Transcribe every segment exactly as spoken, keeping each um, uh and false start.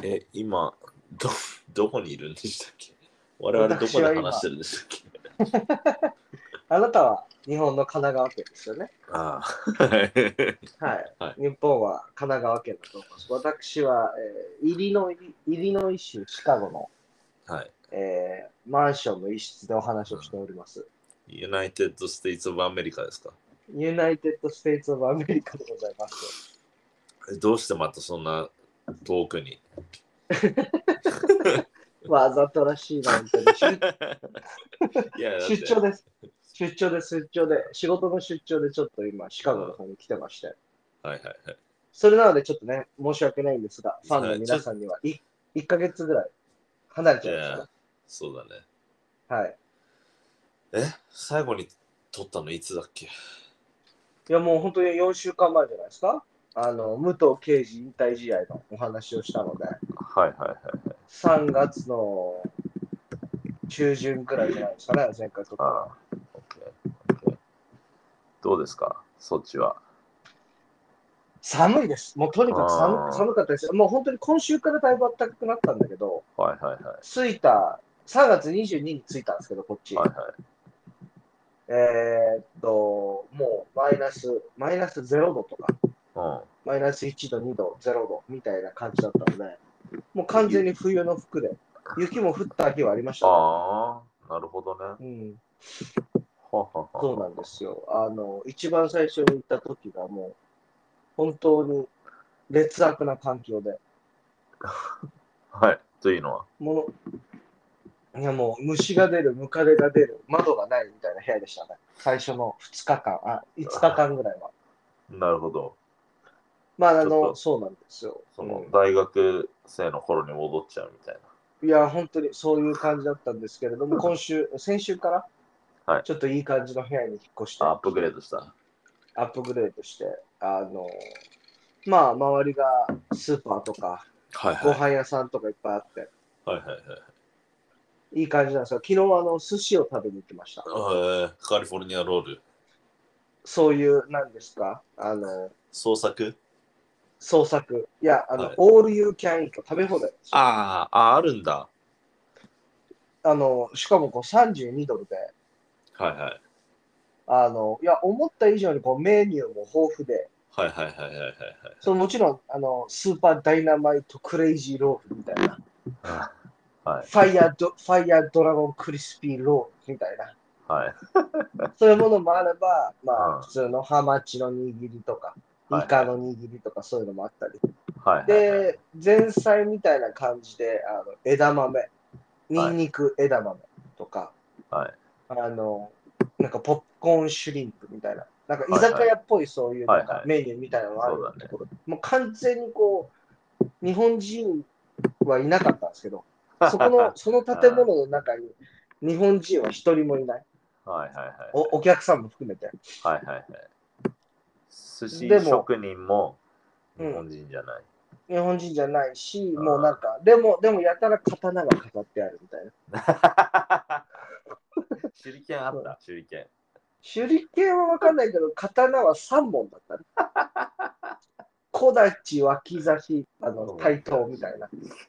え、今、ど、どこにいるんでしたっけ？我々どこで話してるんでしたっけ？ あなたは日本の神奈川県ですよね。 ああ。はい。 はい。 はい。 日本は神奈川県だと思います。私は、えーイリノイ、イリノイ州シカゴの、 はい。 えーマンションの一室でお話をしております。 ユナイテッド・ステイツ・オブ・アメリカですか？ ユナイテッド・ステイツ・オブ・アメリカでございます。 えどうしてまたそんな遠くに？ わざとらしいな、本当に。出いや、だって、 出張です。出張です、出張で。仕事の出張でちょっと今、シカゴの方に来てまして。 はいはいはい。 それなのでちょっとね、申し訳ないんですが、ファンのはいちょ皆さんにはいいっかげつぐらい離れいや、 ちゃいますよね。 そうだね。 はい。 え最後に撮ったのいつだっけ？ いや、もう本当によんしゅうかんまえじゃないですか。あの、武藤敬司引退試合のお話をしたので、 はいはいはいはい。 さんがつの中旬ぐらいじゃないですかね、前回撮ったのは。 ああ、オッケー、オッケー。どうですかそっちは？ 寒いです。もうとにかく寒あ寒かったですよ。もう本当に今週からだいぶ暖かくなったんだけど、 あ、はいはいはい。 着いた、さんがつにじゅうににちに着いたんですけど、こっち。 はいはい。 えーっと、もうマイナス、マイナスゼロどとか、 うんマイナスいちど、にど、ゼロどみたいな感じだったので、もう完全に冬の服で、雪も降った日はありましたね。 ああ、なるほどね。 うん、 はははそうなんは。 ですよ。あの、一番最初に行った時がもう、本当に劣悪な環境で、 はい。というのは。 もう、いやもう虫が出る、ムカデが出る、窓がないみたいな部屋でしたね。最初のふつかかん、あ、いつかかんぐらいは。 なるほど。 まあ、あの、 ちょっと、 そうなんですよ。 その、 う大学生の頃に戻っちゃうみたいん。いや、本当にそういう感じだったんですけれども、今週、先週からな。はい。 ちょっといい感じの部屋に引っ越してアップグレードした。 アップグレードして、あの、まあ、周りがスーパーとか、 はいはい。 ご飯屋さんとかいっぱいあって、 はいはいはい。 いい感じなんですよ。昨日、あの、寿司を食べに行きました。 えー、カリフォルニアロール。 そういう、なんですか、あの、 創作。 創作。いや、あの、 はい。 オールユーキャンイート食べ放題ですよ。 あーあ、あるんだ。 あの、しかもこうさんじゅうにドルで、 はいはい。 あの、いや、思った以上にこうメニューも豊富で、 はいはいはいはいはいはい。 そのもちろん、あの、スーパーダイナマイトクレイジーロールみたいな、 あはい。 ファイヤード、ファイヤードラゴンクリスピーロールみたいな、 はい。 そういうものもあれば、まあ、 うん。は普通のハマチの握りとか、 いはい。 イカの握りとか、そういうのもあったり。 はいはいはい。 で、前菜みたいな感じで、あの枝豆、ニはいンニク枝豆とか、 はい。 あの、なんかポップコーンシュリンプみたいな、なんか居はいはい。 酒屋っぽいそういうなんはいはい。 かメニューみたいなのがあるそうだね。 ようなところ、もう完全にこう、日本人はいなかったんですけど、そこの、その建は物の中に日本人は一人もいない。 いはいはいはい。 お、お客さんも含めて。 はいはいはい。寿司でも、 職人も日うん、 本人じゃない。 日本人じゃないし、もうなんあか、でも、でもやたら刀が飾ってあるみたいな。 あ。手裏剣あっうん、 た手裏剣。 手裏剣はわかんないけど、刀はさんぼんだったね。小太刀、脇差し、あの、対等みたいな。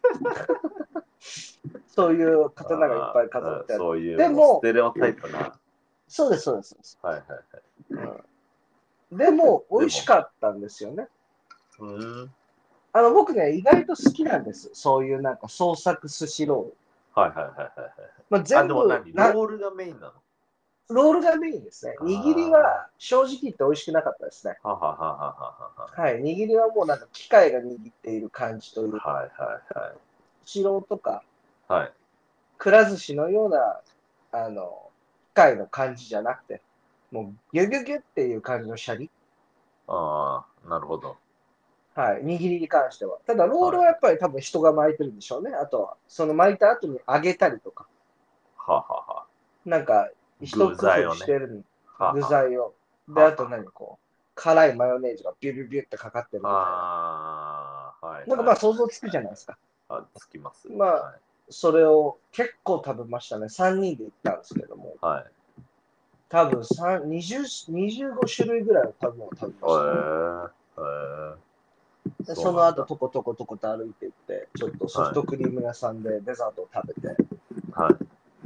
そういう刀がいっあぱい飾っあ、 てある。 そういうもうスでも、 テレオタイプな。 そうです、そうです。そうです、 はいはいはい。 うん、でも、美味しでも、 かったんですよね。 うーん。 あの、僕ね、意外と好きなんです。そういうなんか創作寿司ロール。 はいはいはいはいはい。 まあ、 あ、で全部、 も何ロな、 ールがメインなの？ ロールがメインですね。握りあは正直言って美味しくなかったですね。 あ。はははははははい。握りはもうなんか機械が握っている感じというか、 は。はいはいはい。 スシローとか、 はい。 くら寿司のような、あの、機械の感じじゃなくて、もうギュギュギュっていう感じのシャリ。 ああ、なるほど。 はい。握りに関しては。ただ、ロールはやっはい。 ぱり多分人が巻いてるんでしょうね。あとは、その巻いた後に揚げたりとか、 ははは。 なんか、一具工夫材をね。 してる具はは材を。で、あとはは。 何こう、辛いマヨネーズがビュビュビュってかかってるみたいな。 ああ、はいはいなんかはいまあ想像つくじゃないですか。 はい。あ、つきます。 まあ、 はい。 それを結構食べましたね。さんにんで行ったんですけども。 はい。 多分さん にじゅう、にじゅうご種類ぐらいの食べ物を食べましたね。 へえ、へえ。 でその後、とことことこと歩いていって、ちょっとソフトクリーム屋さんでデザートを食べて、 はい。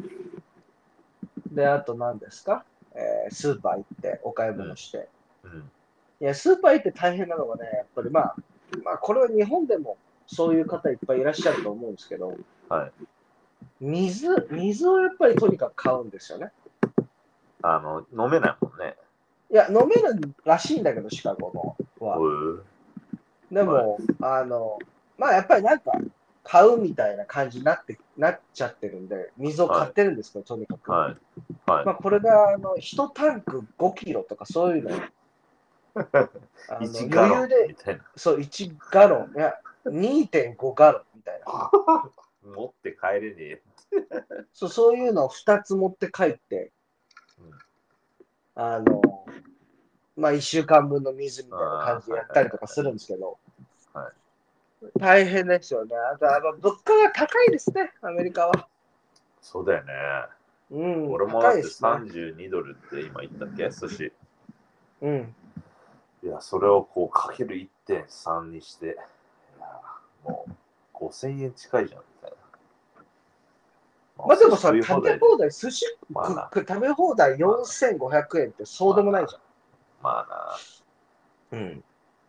で、あと何ですか、えースーパー行ってお買い物して。 うん。 いや、スーパー行って大変なのがね、やっぱりまあ、まあ、これは日本でもそういう方いっぱいいらっしゃると思うんですけど、 はい。 水、水をやっぱりとにかく買うんですよね。 あの、飲めないもんね。 いや、飲めるらしいんだけど、シカゴのは。 おう。 でも、あの、まあやっぱりなんか、買うみたいな感じになって、なっちゃってるんで、水を買はい。 ってるんですけど、とにかく。 はい。はい。 まあこれが、あの、いちタンクごキロとかそういうの、あの、 いちガ余ロン裕で、 みたいな。 そう、いちガロン、いや、にてんごガロンみたいな。 持って帰れねえ。 そう、そういうのをふたつ持って帰って、 うん、 あの、まあいっしゅうかんぶんの水みあたいな感じあ、 でやっはいはいたりとかするんですけど、 はい。はい。 大変ですよね。あとは、まあ物価が高いですね、アメリカは。 そうだよね。 うん、 俺もだって高いですね。 さんじゅうにドルって今言ったっけ寿司。 うん。 いや、それをこうかけるいってんさんにして、いやもうごせんえん近いじゃんみたいな。 まあでもさ、 寿司食い食放題で。 べ放題、寿司まあな、 くく食べ放題まあな、 よんせんごひゃくえんってそうまあな、 でもないじまあゃん。うん。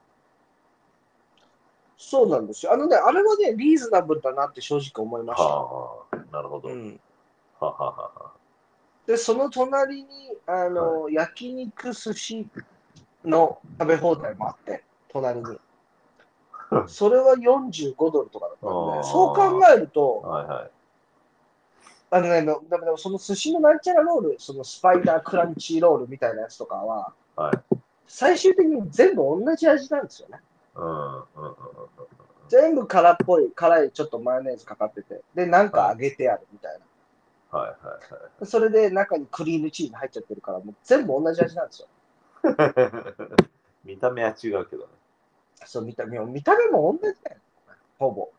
そうなんですよ。あのね、あれはね、リーズナブルだなって正直思いな。 ました。 はあ、なるほど。 うん。 はははで、その隣に、あは。はい。 の、焼肉寿司の食べ放題もあって、隣に。それはよんじゅうごドルとかだっあたんで、そう考あ、 えると、 はいはい。 あのね、でもでもその寿司のなんちゃらロール、そのスパイダークランチロールみたいなやつとかは、 はい。 最終的に全部同じ味なんですよね。 うん、うん、うん、うん。 全部辛っぽい、辛いちょっとマヨネーズかかってて、で、なんかはい。 揚げてあるみたいはいはいはい。 な。それで中にクリームチーズ入っちゃってるから、もう全部同じ味なんですよ。 見た目は違うけどね。 そう、見た目も、見た目も同じだよ。ほぼ。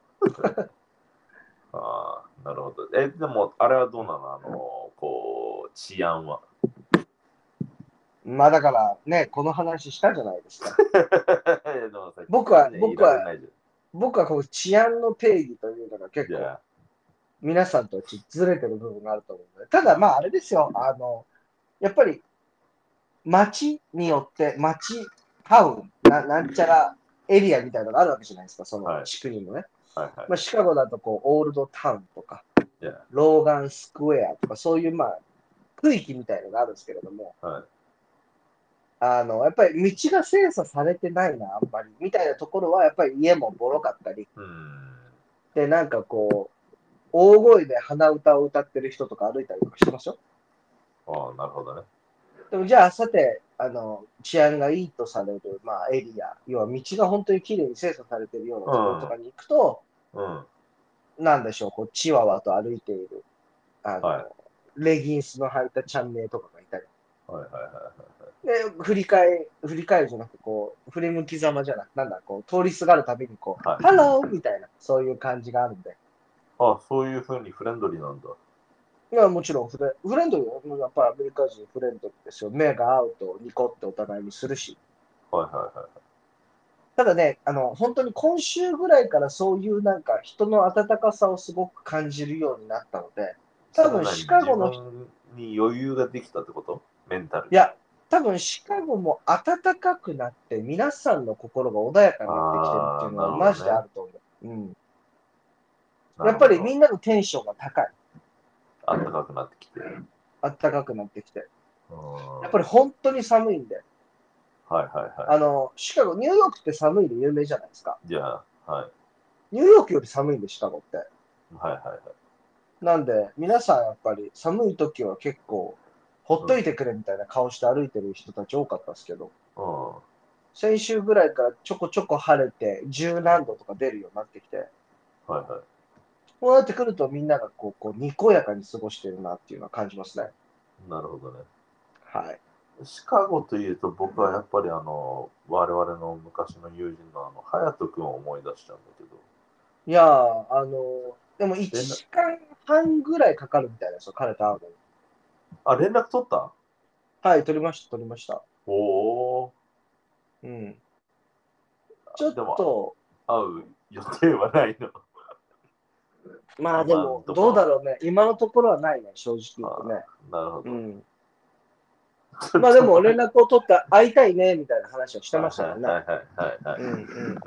ああ、なるほど。え、でも、あれはどうなのあの、こう、治安は。 まあだからね、この話したじゃないですか。 でもさ、聞僕は、 かずにはい僕は、 られないじ僕はこの治安の定義というのが結ゃん。じ構ゃ皆さんとちょっとずれてる部分があると思うので、ただまああれですよ、あの、やっぱり街によって、街、タウン、な、なんちゃらエリアみたいなのがあるわけじゃないですか、そあ、 のはい。 地区にもね。 はいはい。 まあ、シカゴだとこう、オールドタウンとか、 じゃローガンスクエアとか、そういうまあ、区域みたいなのがあるんですけれども、 あ、はい。 あの、やっぱり道が精査されてないな、あんまり、みたいなところは、やっぱり家もボロかったり、 うーん。 で、なんかこう、大声で鼻歌を歌ってる人とか歩いたりとかしてますよ。 ああ、なるほどね。 でもじゃあ、さて、あの、治安がいいとされる、まあ、エリア、要は道が本当にきれいに精査されているようなところとかに行くと、 うん。うん。 なんでしょう、こう、チワワと歩いている、あはい。 の、レギンスの履いたチャンネルとかがいたり。 はいはいはで、振り返、振り返るじゃなくて、こう、振り向きざまじゃなくて、なんだ、こう、通りすがるたびに、こう、 いはい。はい。 ハローみたいな、そういう感じがあるんで。 あ、そういうふうにフレンドリーなんだ。 いや、もちろんフレ、フレンドリーよ。やっぱりアメリカ人フレンドリーですよ。目が合うとニコってお互いにするし。 はいはいはい。 ただね、あの、本当に今週ぐらいからそういうなんか人の温かさをすごく感じるようになったので、多分シそれは何自カゴの人、 分に余裕ができたってことメンタルに。 いや、多分シカゴも暖かくなって皆さんの心が穏やかになってきてるってああ、 いうのなはマジであるほどね。 ると思う。うん。やっぱりみなるほど。 んなのテンションが高い。 あったかくなってきて。 暖かくなってきて。 うーん。 やっはぱり本当に寒いんで。 いはいはい。 あの、シカゴ、ニューヨークって寒いで有名じゃないですか。 じゃあ、はい。 ニューヨークより寒いんで、シカゴって。 はいはいはい。 なんで、皆さんやっぱり寒い時は結構、ほっうん。 といてくれみたいな顔して歩いてる人たち多かったですけど、 うん。 先週ぐらいからちょこちょこ晴れて、十何度とか出るようになってきて、 はいはい。 こうなってくるとみんながこう、こう、にこやかに過ごしてるなっていうのは感じますね。 なるほどね。 はい。 シカゴというと僕はやっぱりあの、我々の昔の友人のあの、隼人君を思い出しちゃうんだけど。 いやー、あのーでも1 連絡、 時間半ぐらいかかるみたいですよ、彼と会うのに。 あ、連絡取った？ はい、撮りました、撮りました。 おおうん。 ちょっと、 会う予定はないの。 まあでも、どうだろうね。今のところはないね、正直言うとね。 なるほど。 うん、まあでも、連絡を取った会いたいね、みたいな話をしてましたもんね。 はいはいはいはい、はい。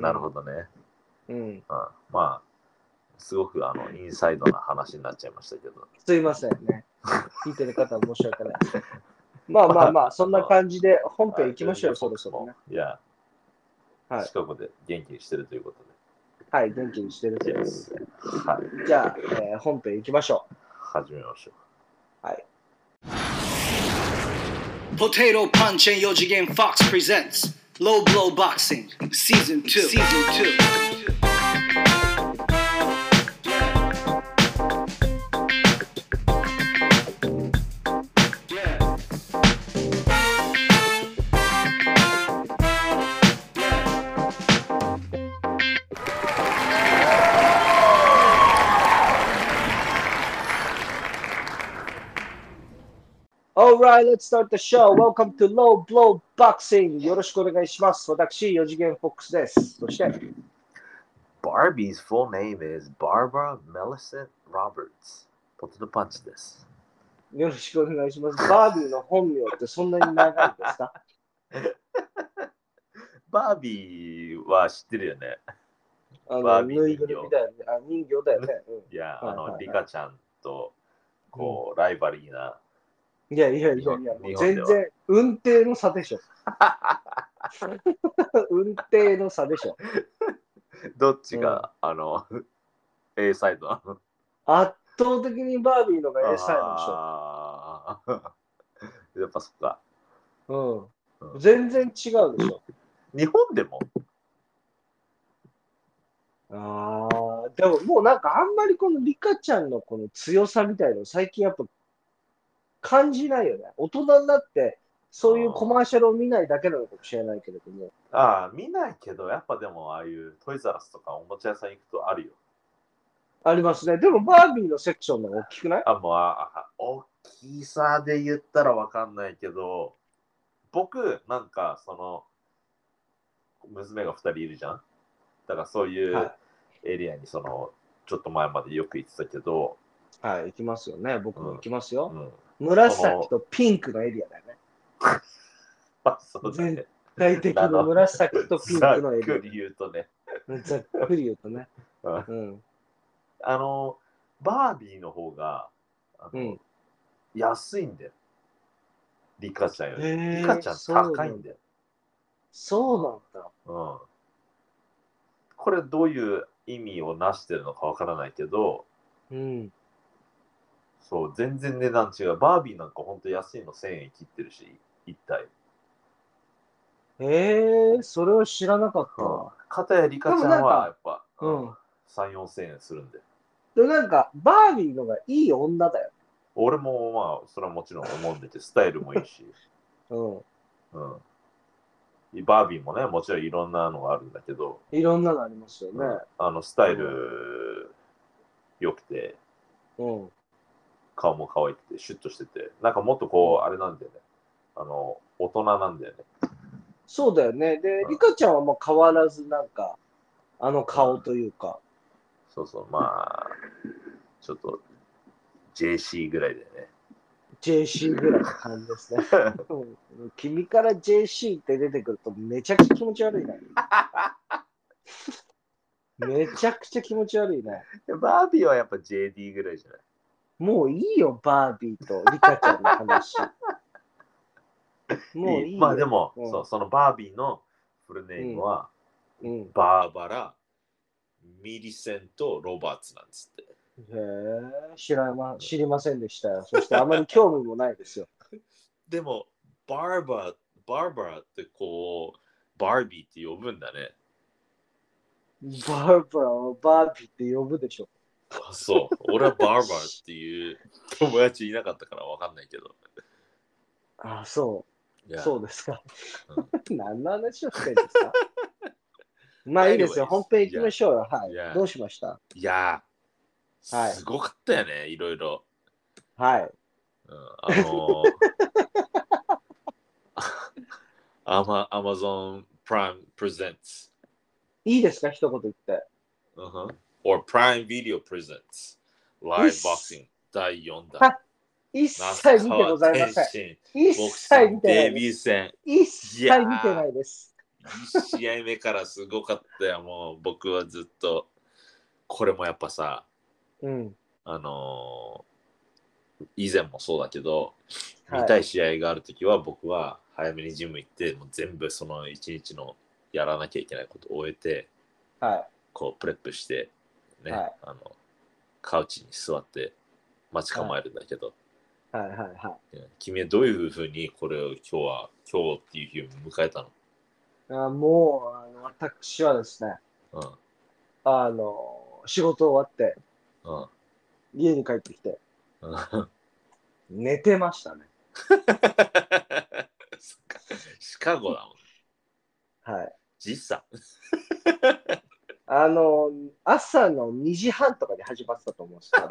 なるほどね。 うん。 まあ、すごくあのインサイドな話になっちゃいましたけど。 すいませんね。聞いてる方は申し訳ないです。まあまあまあ、そんな感じで本編行きましょうよ、そろそろね。 いや、 はい、 近くで元気にしてるということで。 はい、元気にしてるということで。 はい、 じゃあ、えー、本編行きましょう。 始めましょう。はい。 Potato Punch and よ次元 Fox presents Low Blow Boxing Season ツー Season ツー Alright, let's start the show. Welcome to Low Blow Boxing. よろしくお願いします。私、よ次元フォックスです。そして、 Barbie's full name is Barbara Millicent Roberts. ポテトパンチです。 よろしくお願いします。バービーの本名ってそんなに長いんですか？ バービーは知ってるよね。 あの、ぬいぐるみだよね。あ、人形だよね。 うん、いや、 はいはいはい、 あの、リカちゃんと、こう、うん、ライバリーな。 いやいやいやいや、もう全然、運転の差でしょ。運転の差でしょ。 どっちが、うん、あの、A サイドなの？ 圧倒的にバービーのが A サイドでしょ。 あやっぱそっか。 うん。うん、全然違うでしょ。 日本でも？ ああ、でももうなんかあんまりこのリカちゃんのこの強さみたいなの最近やっぱ感じないよね。大人になってそういうコマーシャルを見ないだけなのかもしれないけれども。 ああ、見ないけど、やっぱでもああいうトイザらスとかおもちゃ屋さん行くとあるよ。 ありますね。でもバービーのセクションの方が大きくない？ あ、もうあ大きさで言ったらわかんないけど、僕なんかその娘がふたりいるじゃん。だからそういうエリアにそのちょっと前までよく行ってたけど、 はい、行きますよね。僕も行きますよ。 うんうん、 紫とピンクのエリアだよね。 あ、そうだね。 絶対的に紫とピンクのエリア。 ざっくり言うとね。 ざっくり言うとね。うん、 あの、バービーの方があの、うん、安いんだよ。リカちゃんより。リカちゃん高いんだよ。 そうなんだ。 うん。これどういう意味をなしてるのかわからないけど、 うん、 そう、全然値段違う。バービーなんかほんと安いのせんえん切ってるし、一体。 へえー、それを知らなかったわ。 かたやリカちゃんはやっぱ、 うん、 さん、よんせんえんするんで。 でもなんか、バービーのがいい女だよ。 俺もまあ、それはもちろん思うんでて、スタイルもいいし。 うん。うん。 バービーもね、もちろんいろんなのがあるんだけど。 いろんなのありますよね。うん、 あの、スタイル良くて、 うん、 顔も可愛くて、シュッとしてて、なんかもっとこう、あれなんだよね。あの、大人なんだよね。 そうだよね。で、リカちゃんはもう変わらずなんか、あの顔というか。 そうそう、まあ、ちょっと、ジェーシー ぐらいだよね。 ジェーシー ぐらいの感じですね。君から ジェーシー って出てくるとめちゃくちゃ気持ち悪いね。めちゃくちゃ気持ち悪いね。 バービーはやっぱ ジェーディー ぐらいじゃない？ もういいよ、バービーとリカちゃんの話。もういいよ。 まあでも、うん、そう、そのバービーのフルネームは、うん、バーバラ・ミリセント・ロバーツなんですって。 へえ、知らま、知りませんでしたよ。そしてあまり興味もないですよ。 でも、バーバー、バーバーってこう、バービーって呼ぶんだね。 バーバーをバービーって呼ぶでしょ。 あ、そう。俺はバーバーっていう友達いなかったからわかんないけど。 あ、そう。そうですか。うん、何の話をしてるんですか？まあいいですよ。本編行きましょうよ。はい。どうしました？ いやー、すごかったよね、はい、いろいろ。 はい。 うん、あのー、アマ、アマゾンプライムプレゼンツいいですか、一言言って。 Uh-huh. Or Prime Video Presents Live Boxing だいよん弾。 一切見てございません。一切見てないデビュー戦。 一切見てないです。 いち試合目からすごかったよ。もう僕はずっと。これもやっぱさ、 うん、 あのー、以前もそうだけど、 はい、 見たい試合があるときは僕は早めにジム行って、もう全部その一日のやらなきゃいけないことを終えて、 はい、 こうプレップして、ね、 はい、 あのカウチに座って待ち構えるんだけど、 はい、はい、はい。 君はどういうふうにこれを今日は、今日っていう日を迎えたの？ あもうあの、私はですね、 うん、 あの、仕事終わって、 うん、 家に帰ってきて、 うん。 寝てましたね。 シカゴだもん。 はい。 時差。 あの、朝のにじはんとかで始まってたと思うんですよ。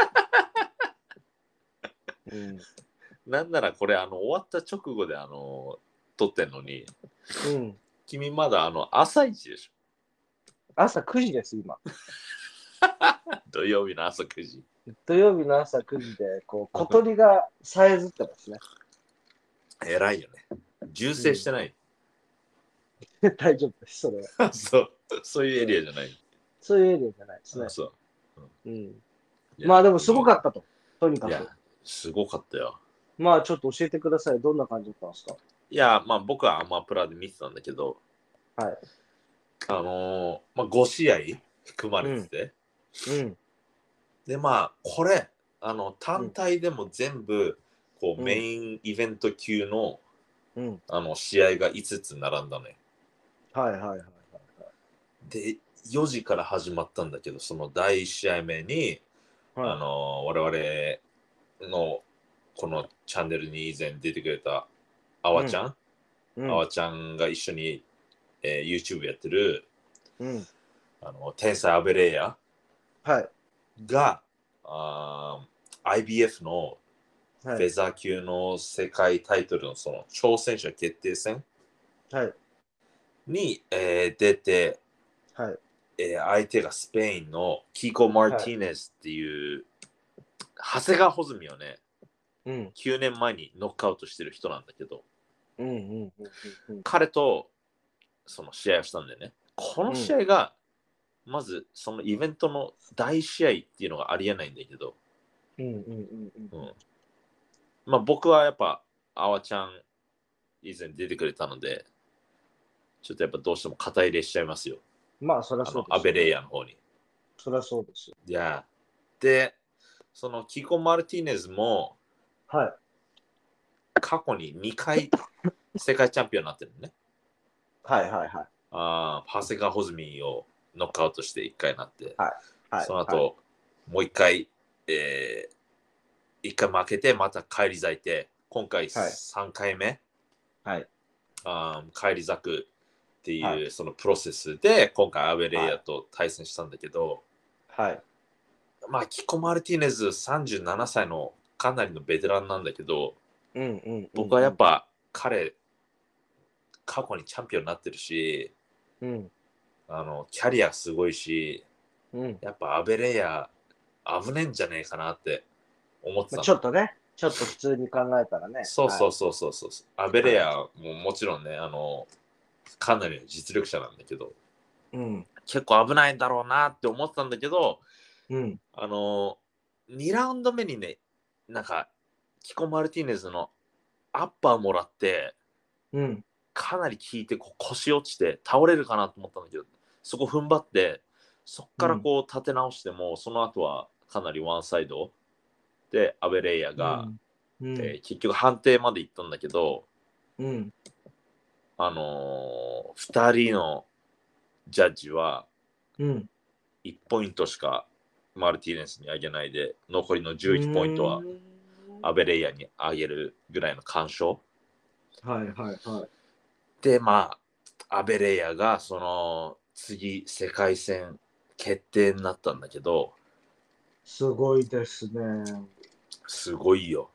うん、 なんならこれあの終わった直後であの撮ってんのに、 うん、 君まだあの朝一でしょ。 朝くじです、今。 土曜日の朝くじ。 土曜日の朝くじで、こう、小鳥がさえずってますね。 偉いよね。銃声してない。 うん、大丈夫です、それは。 そう、そういうエリアじゃない。 そういうエリアじゃないですね。 そう。 うん。まあでもすごかったと。とにかく。 すごかったよ。 まあちょっと教えてください。どんな感じだったんですか？ いや、まあ僕はアマプラで見てたんだけど、 はい。 あのー、まあご試合含まれてて、 うん。うん、 でまあこれ、あの単体でも全部、こう、 うん、 メインイベント級の、 うん、 あの試合がいつつ並んだね。 はいはいはいはい。 で、よじから始まったんだけど、そのだいいち試合目に、はい、あの我々のこのチャンネルに以前出てくれたあわちゃん、あわ、うん、ちゃんが一緒に、えー、YouTube やってる、うん、あの天才アベレイヤが、はい、アイビーエフ のフェザー級の世界タイトルのその挑戦者決定戦に、はい、えー、出て、はい、えー、相手がスペインのキーコ・マーティネスっていう、はい、長谷川穂積をね、うん、きゅうねんまえにノックアウトしてる人なんだけど、うんうんうんうん、彼とその試合をしたんだよね。この試合が、まずそのイベントの大試合っていうのがありえないんだけど、うんうんうんうんうん、まあ僕はやっぱあわちゃん以前出てくれたので、ちょっとやっぱどうしても肩入れしちゃいますよ。 まあそりゃそうです、ね、 アベレイヤの方に。 そりゃそうです。 いや、で、そのキコ・マルティネズも、はい、過去ににかい世界チャンピオンになってるのね。 はいはいはい。 あ長谷川穂積をノックアウトしていっかいになって、 はいはい、 その後、はい、もういっかい、えー、いっかい負けてまた返り咲いて、今回さんかいめ、はい、あ返り咲くっていう、はい、そのプロセスで今回アベレイヤと対戦したんだけど、はい、まあキコ・マルティネズさんじゅうななさいのかなりのベテランなんだけど、うんうんうんうん、僕はやっぱ彼過去にチャンピオンになってるし、うん、あのキャリアすごいし、うん、やっぱアベレイヤ危ねえんじゃねえかなって思ってたの。 ちょっとね、ちょっと普通に考えたらね。 そうそうそうそうそう、はい、アベレイヤももちろんね、あのかなりの実力者なんだけど、うん、結構危ないんだろうなって思ってたんだけど、うん、あのにラウンド目にね、なんかキコ・マルティネズのアッパーもらって、うん、かなり効いてこう腰落ちて倒れるかなと思ったんだけど、そこ踏ん張ってそこからこう立て直しても、うん、その後はかなりワンサイドでアベレイヤが、うんうん、えー、結局判定まで行ったんだけど、うん、あのー、ふたりのジャッジは、うん、いちポイントしかマルティネスにあげないで、残りのじゅういちポイントはアベレイヤにあげるぐらいの干渉。 はいはいはい。 で、まあ、アベレイヤがその次世界戦決定になったんだけど、 すごいですね。 すごいよ。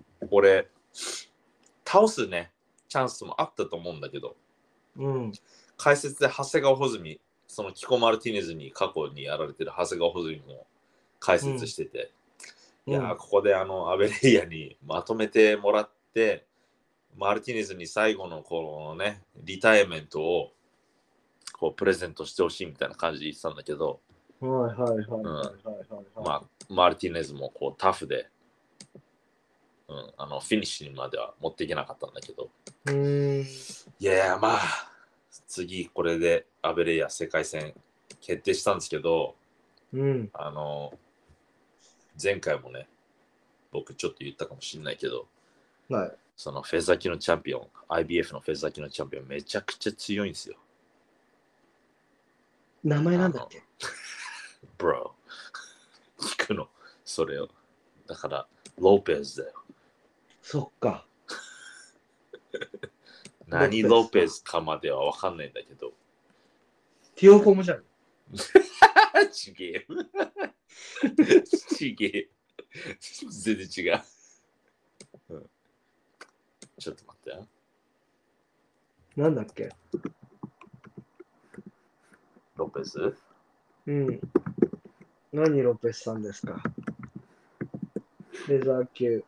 俺、倒すね、チャンスもあったと思うんだけど、うん、 解説で長谷川穂積、そのキコ・マルティネズに過去にやられてる長谷川穂積も解説してて、うん、いや、ここであのアベレイヤにまとめてもらって、マルティネズに最後のこのね、リタイアメントをこうプレゼントしてほしいみたいな感じで言ってたんだけど、 はいはいはいはいはいはい、 うん、まあ、マルティネズもこうタフで、うん、あのフィニッシュまでは持っていけなかったんだけど、 うーん、 いやいや、まあ、次これでアベレイヤ世界戦決定したんですけど、 うん、 あの、前回もね、僕ちょっと言ったかもしれないけど、 はい、 そのフェザー級のチャンピオン、アイビーエフ のフェザー級のチャンピオンめちゃくちゃ強いんですよ。 名前なんだっけ？ ブロー。聞くの、それを。だから、ロペズだよ。 そっか。 何ロペズかまではわかんないんだけど。 ティオフォムじゃん。 ちげえ。ちげえ。全然違う、うん。ちょっと待ってよ。 なんだっけ？ ロペズ？ うん。何ロペスさんですか？レザー級。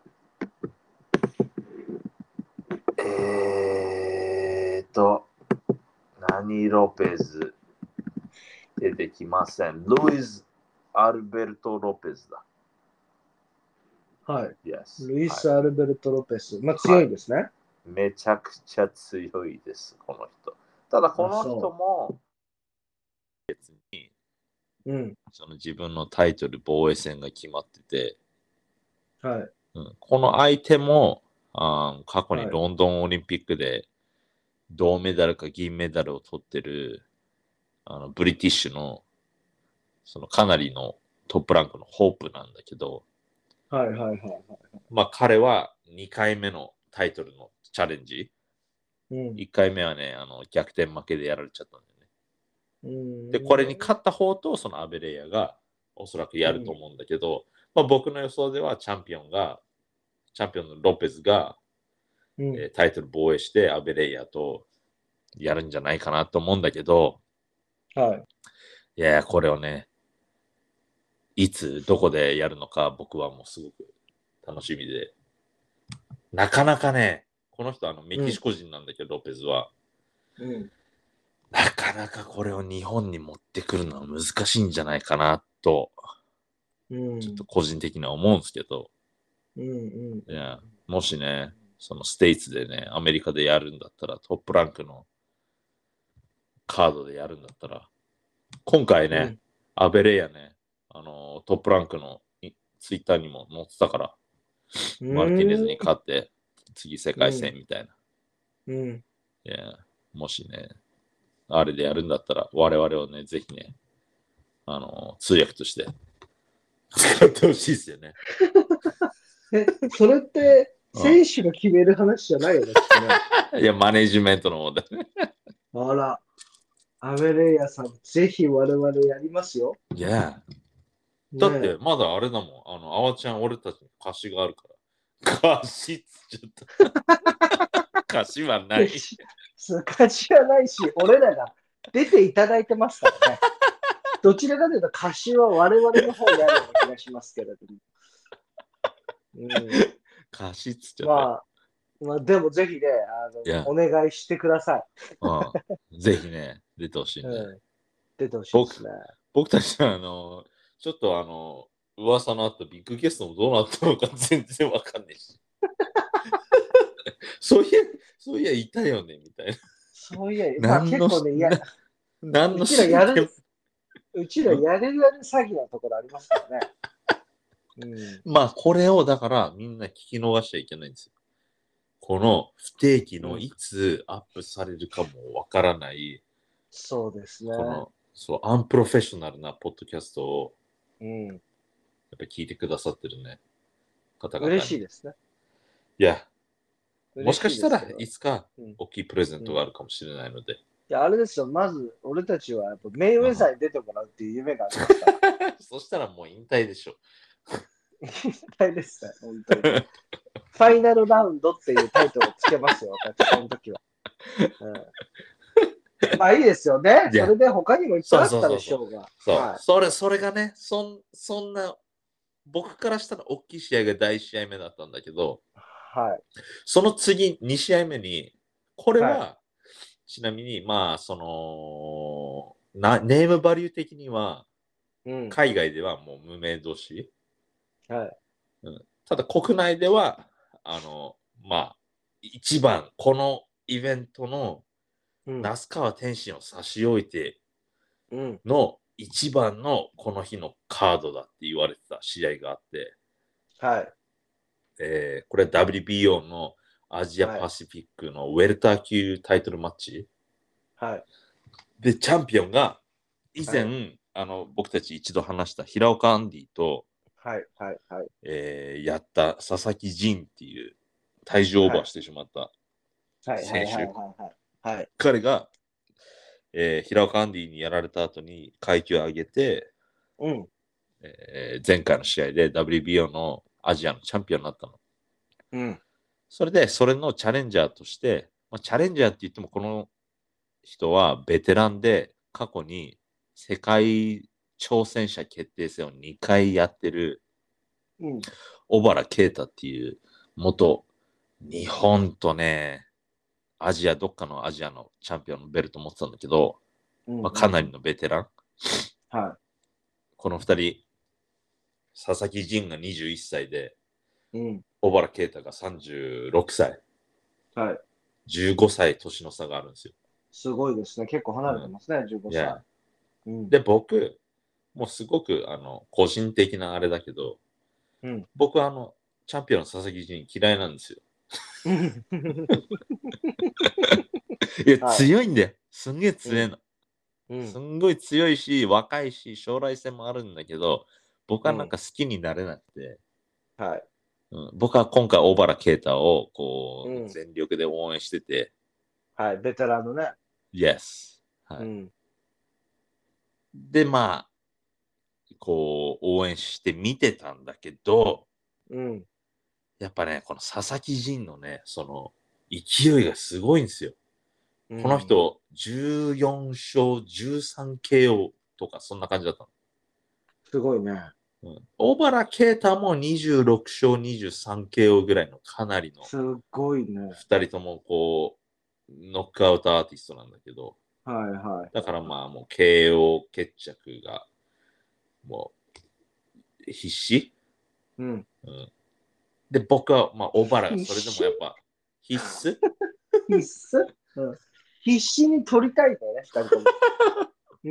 えーっと、何ロペズ出てきません。ルイス・アルベルト・ロペズだ。 はい。 Yes、 ルイス・はい、 アルベルト・ロペス。まあ強いですね、はい。 めちゃくちゃ強いです、この人。ただ、この人も、別に、 うん、 その自分のタイトル防衛戦が決まってて、 はい、 うん、この相手もあ過去にロンドンオリンピックで銅メダルか銀メダルを取ってるあのブリティッシュのそのかなりのトップランクのホープなんだけど、 はいはいはいはい。 まあ彼はにかいめのタイトルのチャレンジ。うん、いっかいめはね、あの逆転負けでやられちゃったんだよね。うん、で、これに勝った方とそのアベレイヤがおそらくやると思うんだけど、うん、まあ、僕の予想ではチャンピオンが、チャンピオンのロペズが、うん、えー、タイトル防衛してアベレイヤとやるんじゃないかなと思うんだけど、 はい。 いや、これをね、いつ、どこでやるのか僕はもうすごく楽しみで。なかなかね、この人あのメキシコ人なんだけど、うん、ロペズは、うん。なかなかこれを日本に持ってくるのは難しいんじゃないかなと、うん、ちょっと個人的には思うんですけど、うんうん、いや、もしね、そのステイツでね、アメリカでやるんだったら、トップランクのカードでやるんだったら、今回ね、うん、アベレイヤね、あのトップランクのツイッターにも載ってたから、マルティネズに勝って、次世界戦みたいな。うん。いや、もしね、あれでやるんだったら、我々をね、ぜひね、あの、通訳として使ってほしいですよね。 え、それって、選手が決める話じゃないよね。 うん、いや、マネジメントの問題。 あら、アベレイヤさん、ぜひ我々やりますよ。 いや。だって、まだあれだもん。あの、あわちゃん、俺たちに歌詞があるから。歌詞っつっちゃった。歌詞はない。 歌詞はないし、俺らが出ていただいてますからね。どちらかというと歌詞は我々の方にあるような気がしますけれども。 うん、歌詞っつっちゃった。 まあ、まあ、でもぜひね、あのお願いしてください。 うん、ぜひね、出てほしいね。うん、 出てほしいですね。 僕たちは、あの、ちょっとあの、噂のあったビッグゲストもどうなったのか全然わかんないし。そういや、そういや、いたよね、みたいな。 そういや、まあ、結構ね、いや、 何のうちらやる、うちらやれるやる詐欺なところありますからね。 うん、まあ、これをだからみんな聞き逃しちゃいけないんですよ。この不定期のいつアップされるかもわからない、うん、 そうですね。 この、そう、アンプロフェッショナルなポッドキャストを、うん、やっぱり聞いてくださってるね、方々に。 嬉しいですね。 いや、もしかしたらいつか大きいプレゼントがあるかもしれないので。うんうん、いや、あれですよ、まず俺たちはやっぱメイウェザーに出てもらうっていう夢がありますから。 そしたらもう引退でしょ。 引退ですね、本当に。ファイナルラウンドっていうタイトルをつけますよ、私、その時は。うん、 まあいいですよね。 いやそれで他にもいっぱいあったでしょうが。 そう、 はいそれ、それがね、そん、そんな、僕からしたら大きい試合がだいいち試合目だったんだけど、 はい。 その次に試合目に、これは、 はちなみに、まあ、その、なネームバリュー的には、 うん。 海外ではもう無名同士。 はい。 うん、ただ国内では、あの、まあ、一番、このイベントのうん。 那須川天心を差し置いてうん。 の一番のこの日のカードだって言われてた試合があって、 はい。 えーこれは ダブリュービーオー のアジアパシフィックのウェルター級タイトルマッチ。 はい。 で、チャンピオンが以前、 はあの僕たち一度話した平岡アンディと、 はい。はい。はい。 えーやった佐々木仁っていう体重オーバーしてしまったはい。はい。 選手。 はい。はい。はい。 彼が、えー平岡アンディにやられた後に階級を上げて、 うん。 えー前回の試合で ダブリュービーオー のアジアのチャンピオンになったの。 うん。 それで、それのチャレンジャーとして、まあ、チャレンジャーって言っても、この人はベテランで、過去に世界挑戦者決定戦をにかいやってる、 うん。 小原啓太っていう、元、日本とね、アジア、どっかのアジアのチャンピオンのベルト持ってたんだけど、 うん。 まあ、かなりのベテラン。 はこの二人、佐々木仁がにじゅういっさいで、 い。うん。 小原啓太がさんじゅうろくさい。 はい。 じゅうごさい年の差があるんですよ。 すごいですね。結構離れてますね、じゅうごいやさい。うん。 で、僕、もうすごく、あの、個人的なあれだけど、 うん。 僕はあの、チャンピオンの佐々木仁嫌いなんですよ。いや、 はい強いんだよ。すんげえ強いの。 うんす。んごい強いし、若いし、将来性もあるんだけど、僕はなんか好きになれなくて、 はい。 うん、僕は今回、小原啓太を、こう、 うん全力で応援してて、 はい。ベテランのね。 Yes。はい。 うん。 で、まあ、こう、応援して見てたんだけど、 うん。 やっぱね、この佐々木仁のね、その、勢いがすごいんですよ。この人、じゅうよん勝じゅうさんケーオー とか、そんな感じだったすごいね。 の。うん、小原啓太もにじゅうろく勝にじゅうさんケーオー ぐらいのかなりの、 すごいね。 ふたりともこう、ノックアウトアーティストなんだけど、 はいはい。 だからまあもう ケーオー 決着が、もう、必死、 うん。 うん、で、僕は、まあ、小原がそれでもやっぱ、必須必須、うん、必死に取りたいんだよね、二人とも。うん。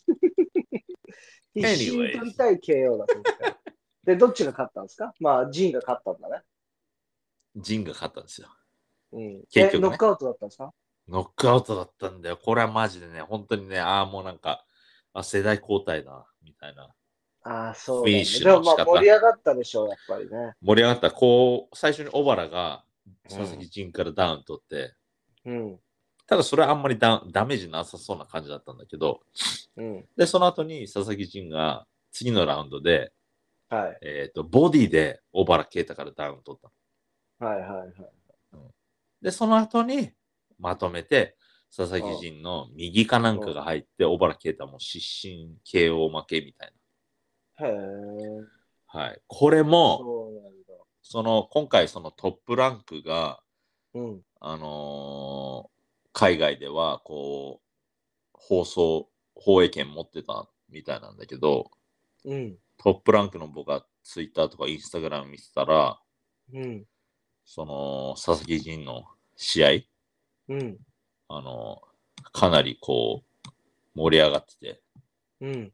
必死に取りたい ケーオー だと思って。で、どっちが勝ったんですか？まあ、ジンが勝ったんだね。 ジンが勝ったんですよ。 うん。 結局ねえ、ノックアウトだったんですか？ ノックアウトだったんだよ。これはマジでね、本当にね、ああ、もうなんか、あ、世代交代だ、みたいな。 ああ、そうなんだ。 フィニッシュでもまあの仕方盛り上がったでしょう、やっぱりね。 盛り上がった。こう、最初に小原が佐々 うん木仁からダウン取って、 うん。 ただそれはあんまりダダメージなさそうな感じだったんだけど、 うん。 で、その後に佐々木仁が次のラウンドで、 はい。 えっ、と、ボディで小原啓太からダウン取ったの。 はいはいはい。 で、その後にまとめて、佐々木仁の右かなんかが入って、小原啓太も失神 ケーオー 負けみたいへえ。 な。はい。これも、 そうなんだ。 その、今回そのトップランクが、 うん。 あのー海外では、こう、放送、放映権持ってたみたいなんだけど、 うん。 トップランクの僕がツイッターとかインスタグラム見てたら、 うん。 その、佐々木仁の試合、 うん。 あのーかなりこう、盛り上がってて、 うん。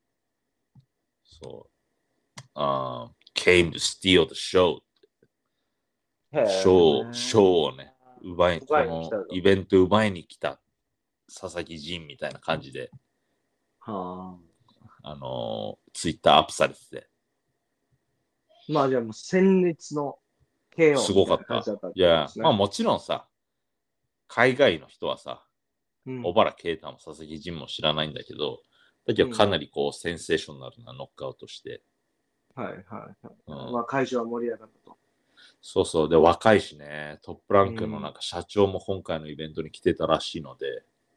そう、あー came to steal the show。 へえ。 ショー、ショーをね、奪い、こ奪いに来たとのイベント奪いに来た佐々木仁みたいな感じで、 はあのー、ツイッターアップされてて、 あ。まあじゃあもう戦慄の ケーオーすごかった。 みたいな感じだったんいや、 ですね。 まあもちろんさ、海外の人はさ、 うん小原啓太も佐々木仁も知らないんだけど、だけどかなりこう、センセーショナルなノックアウトして、 はいはいはい。 うんまあ会場は盛り上がったと。 そうそう、で、若いしね、トップランクのなんか社長も今回のイベントに来てたらしいので、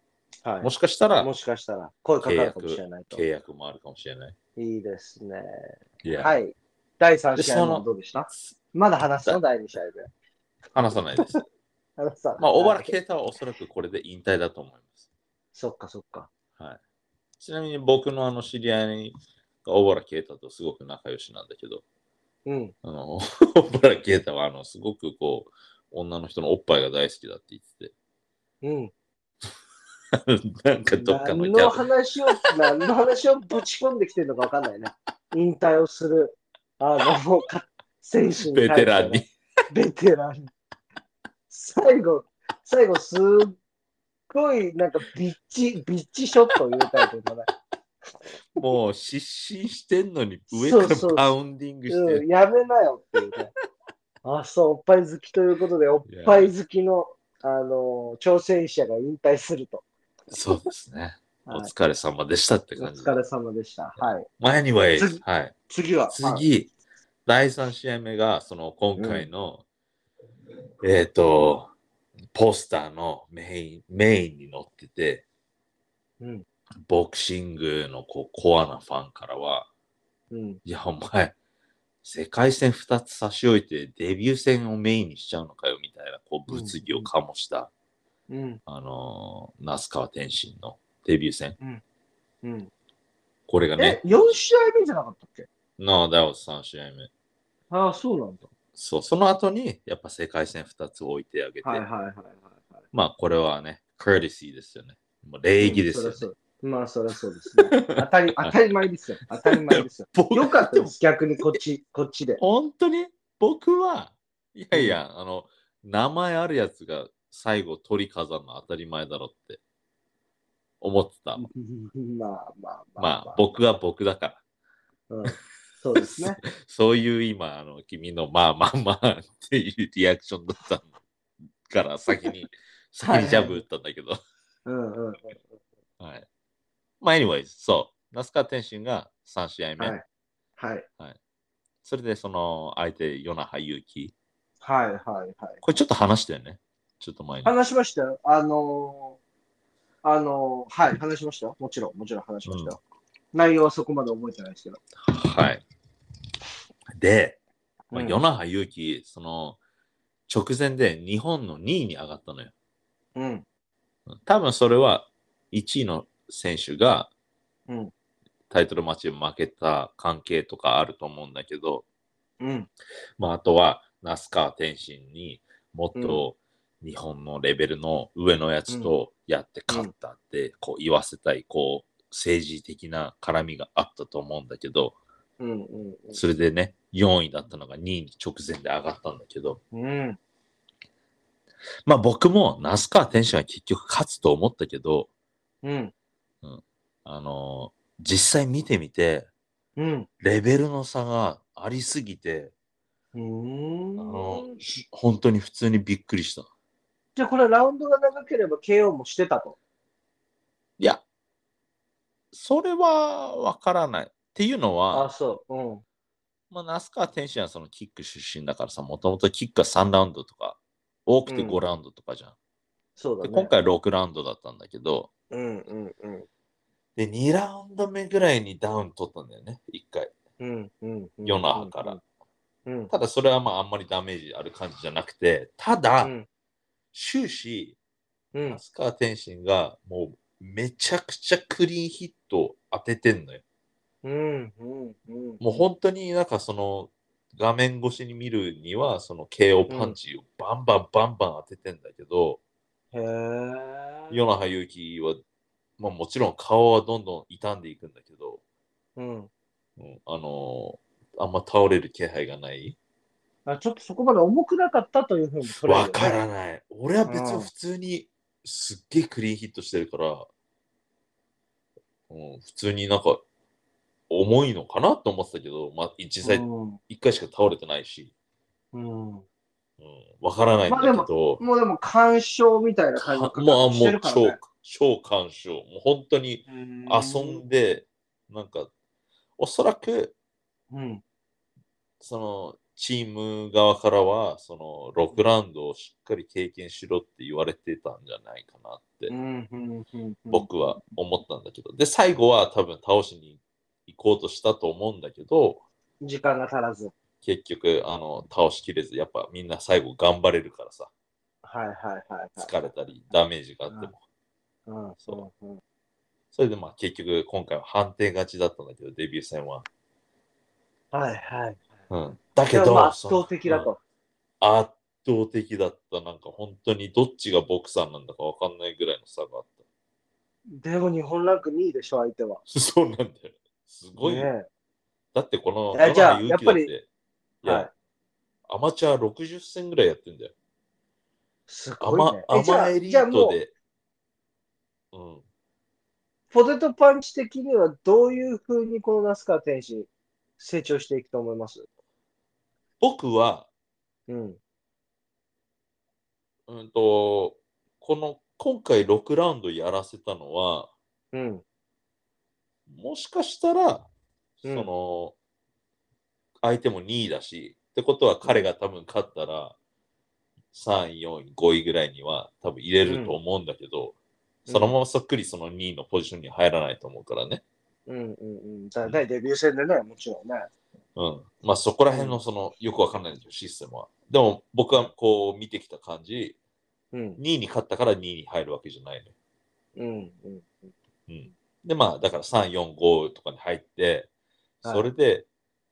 はい、 もしかしたらもしかしたら声か契かるかもし約れないと。 契約もあるかもしれない。 いいですね。 いや、 はい。だいさんで、 試合その、 もどうでした？まだ話すのだだいに試合で。 話さないです。 話さない。 まあ、小原はい啓太はおそらくこれで引退だと思います。 そっかそっか。 はい。ちなみに僕のあの知り合いが小原啓太とすごく仲良しなんだけど、 うん。 あの小原啓太はあのすごくこう、女の人のおっぱいが大好きだって言ってて、 うん。 なんかどっかの何のギャ話を、何の話をぶち込んできてるのかわかんないね。引退をする、あの、か選手にベテ対してねランに。 ベテラン。最後、最後、すっごい、なんか、ビッチ、ビッチショットを入れたりとかね。 もう失神してんのに上そうからそうそパウンディングしう。うん、 て。 やめなよっていうね。あ、そう、おっぱい好きということで、おっぱい好きの、あの、挑戦者が引退すると。 そうですね。おはい、 疲れ様でしたってお感じで。 疲れ様でした。はい。 まあ、anyways、 次、 はい。 次は、はい、 次、だいさん試合目が、その今回の、 うん、 えっ、と、ポスターのメイン、メインに載ってて、 うん、 ボクシングのこうコアなファンからは、 うん。 いや、お前、世界戦ふたつ差し置いてデビュー戦をメインにしちゃうのかよみたいなこう物議を醸した、 うん、 あのー、那須川天心のデビュー戦。 うん、うん。 これがね、 え、よん試合目じゃなかったっけ？ No, that was さん試合目。 ああ、そうなんだ。 そう、その後にやっぱ世界戦ふたつ置いてあげて、 はいはいはいはい、はい。 まあこれはね、courtesy ですよね。もう礼儀ですよね。 うん、そりゃそう。まあ、そりゃそうですね。当たり、当たり前ですよ。当たり前ですよ。 僕よかったです。逆にこっち、こっちで。 本当に僕は、いやいや、 うあの、名前あるやつが最後鳥飾るの当たり前だろって思ってた。 まあまあまあままあ、僕は僕だかうん。そうら。 ですね。 そういう今、あの、君のまあまあまあっていうリアクションだったから先に、先にジャブ打ったんだけど。 うんうんうん。 はい。まあ、anyways、そう。那須川天心がさん試合目。 はい。はい。 はい。それで、その、相手、与那覇勇気。 はいはいはい。 これちょっと話したよね。ちょっと前に。 話しましたよ。あのー、あのー、はい、話しましたよ。もちろん、もちろん話しましたよ。内容はそこまで覚えてないですけど。 はい。で、まあ、 うん与那覇勇気、その、直前で日本のにいに上がったのよ。 うん。 多分それはいちいの選手がうん。 タイトルマッチで負けた関係とかあると思うんだけど、 うん。 まあ、あとは那須川天心にもっと日本のレベルの上のやつとやって勝ったってこう言わせたい、こう政治的な絡みがあったと思うんだけど、 うん。うん。 それでね、よんいだったのがにいに直前で上がったんだけど、 うん。 まあ僕も那須川天心は結局勝つと思ったけど、 うん。 うん、あのー実際見てみて、 うん。 レベルの差がありすぎて、 うあのん。 本当に普通にびっくりした。 じゃあ、これラウンドが長ければ ケーオー もしてたと。 いや、それはわからない。っていうのは、 あ、そう。うん。 まあ、那須川天心はそのキック出身だからさ、もともとキックはさんラウンドとか、多くてごラウンドとかじゃん。で、 そうだね。 今回ろくラウンドだったんだけど、 うんうんうん。 で、にラウンド目ぐらいにダウン取ったんだよね、いっかい。 うんうんうん。 ヨナハから。 うん。 ただそれはまああんまりダメージある感じじゃなくて、ただ、 うん。 終始、 うん那。須川天心がもうめちゃくちゃクリーンヒット当ててんのよ。 うんうんうん。 もう本当になんかその画面越しに見るにはその ケーオー パンチをバンバンバンバン当ててんだけど、 へえ。 与那覇勇気は、まあ、もちろん顔はどんどん傷んでいくんだけど、 うん。 うん、あのーあんま倒れる気配がない。 あ、ちょっとそこまで重くなかったというふうに捉えるよね。 わからない。俺は別に普通にすっげえクリーンヒットしてるから、うん、普通になんか重いのかなと思ってたけど、まあ、実際うんいっかいしか倒れてないし、 うん。 うん、わからないんだけまあでも、 ど、 もうでも、干渉みたいな感じのかまあかしてもう超るからね。、 超干渉。もう本当に遊んで、なんか、おそらく、 うん。 その、 チーム側からは、そのろくラウンドをしっかり経験しろって言われてたんじゃないかなって、 うんうんうん僕は思ったんだけど。で、最後は多分倒しに行こうとしたと思うんだけど、 時間が足らず。 結局、あの、倒しきれず、やっぱみんな最後頑張れるからさ、 はいはいはいはい。 疲れたり、ダメージがあっても。 うんうんそうんうん。 それでまあ結局、今回は判定勝ちだったんだけど、デビュー戦は。 はいはい。 うん。だけでもまあど、 圧倒的だと。 圧倒的だった。なんか本当にどっちがボクサーなんだかわかんないぐらいの差があっでも日本ランクにいでしょ、相手は。 た。そうなんだよ。すごいよ。 ねだってこのえ。えじゃあ、 山井やっぱり、 勇気だって、いはい。 や、アマチュアろくじゅっ戦ぐらいやってんだよ。アマ、 すごいね。え、 アじゃあ、 マエリじゃあもートで、うん。 う、ポテトパンチ的にはどういうふうにこの那須川天心成長していくと思います？ 僕は、 うん。 うんと、この今回ろくラウンドやらせたのは、 うん。 もしかしたら、そうん。 の、相手もにいだし、ってことは彼が多分勝ったら、さんい、よんい、ごいぐらいには多分入れると思うんだけど、そのままそっくりそのにいのポジションに入らないと思うからね。 うんうんうん。だね、デビュー戦でね、もちろんね。 うん。まあそこら辺うん。 のそのよくわかんないんですよ、システムは。でも僕はこう見てきた感じ、 うん。 にいに勝ったからにいに入るわけじゃないのよ。 うんうん。 うん。でまあだからさん、よん、ごとかに入って、そはい。 れで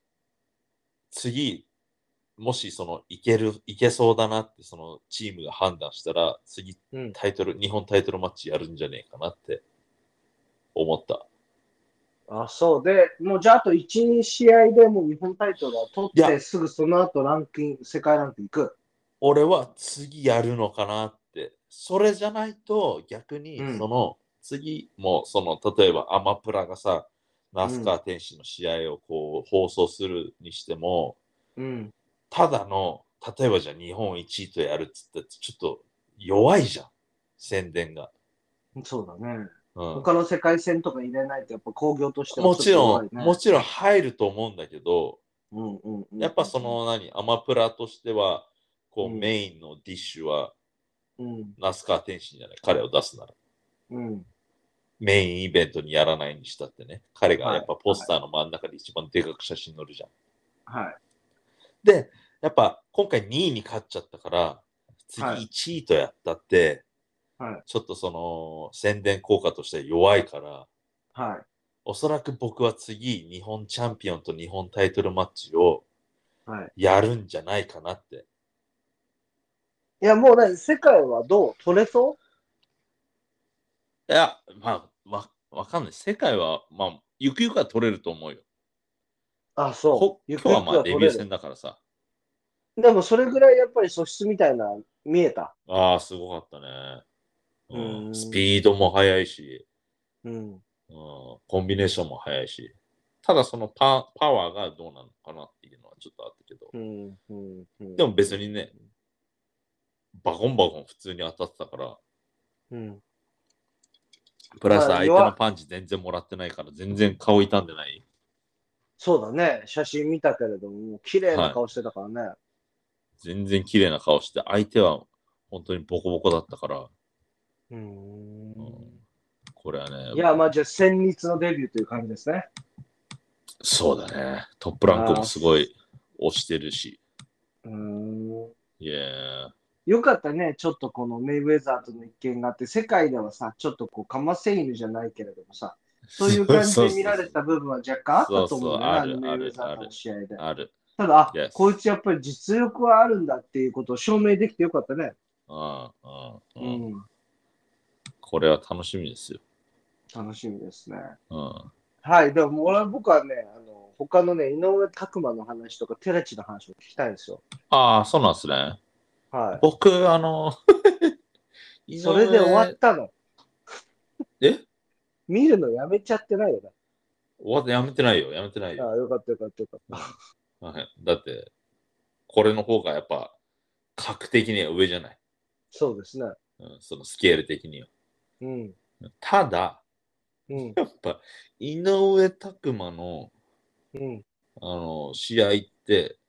次、もしそのいける、いけそうだなってそのチームが判断したら、次うん。 タイトル、日本タイトルマッチやるんじゃねえかなって思った。 あ、そうで、もうじゃああといち、に試合でもう日本タイトルは取いや、 ってすぐその後ランキング、世界ランク行く。 俺は次やるのかなって。それじゃないと逆にうん。 その次もその例えばアマプラがさ、那須うん。 川天心の試合をこう放送するにしても、 うん。 ただの、例えばじゃあ日本いちいとやるっつったってちょっと弱いじゃん。宣伝が。 そうだね。 うん。 他の世界戦とか入れないとやっぱ興行としてはもちょっとちろん、 弱いね。 もちろん入ると思うんだけど、 うんうんうんうんやっぱその何、アマプラとしては、こううんメインのディッシュはうん那須川天心じゃない、彼を出すなら。 うんメインイベントにやらないにしたってね、彼がはいやっぱポスターの真ん中で一番でかく写真載るじゃん。 はいで、やっぱ今回にいに勝っちゃったから、 はい次いちいとやったって、 はいちょっとその宣伝効果として弱いから、 はいおそらく僕は次、日本チャンピオンと日本タイトルマッチをはい。 やるんじゃないかなって。 いやもうね、世界はどう取れそいや、まあ、わ、わかんない。世界は、まあ、ゆくゆくは取れると思うよ。 う？あ、そう。 こ、 ゆくゆく今日はまあは取れる。 デビュー戦だからさ。 でもそれぐらいやっぱり素質みたいな見えた。 ああ、すごかったね。 うーうん。スん。 ピードも速いし、 うん。 うん、コンビネーションも速いし。ただそのパ、パワーがどうなのかなっていうのはちょっとあったけど。 うん。うん。うん。 でも別にね、バコンバコン普通に当たってたから、 うん。 プラス相手のまあ弱、 パンチ全然もらってないから、全然顔痛んでない。 そうだね。写真見たけれども、綺麗なはい。 顔してたからね。 全然綺麗な顔して、相手は本当にボコボコだったから、 うーん。 うん、これはね、 いや、まあじゃあ戦慄のデビューという感じですね。 そうだね。トップランクもすごい押してるし。 うーん。 いやよかったね。ちょっとこのメイウェザーとの一件があって、世界ではさ、ちょっとこう、かませ犬じゃないけれどもさ、そういう感じで見られた部分は若干あったと思うんだよね、あのメイウェザーとの試合で。 ある。 ただ、あ、 Yes. こいつやっぱり実力はあるんだっていうことを証明できてよかったね。 うんううんうん。 ん。 これは楽しみですよ。 楽しみですね。 うん。 はい。でも、俺は僕はね、あの、他のね、井上拓磨の話とか、テラチの話を聞きたいんですよ。 ああ、そうなんですね。 は僕、あの、 い。 井それで終わ上、 ったの。 え見るのやめちゃってないよね。 終わってやめてないよ。やめてないよ。 ああ、よかったよかったよかっうんた。 はい、だって、これの方がやっぱ、格的には上じゃない。 そうですね。 うん、そのスケール的には。 うん。 ただ、 うん。 やっぱ、井上拓磨の、 うん。 あの、試合って、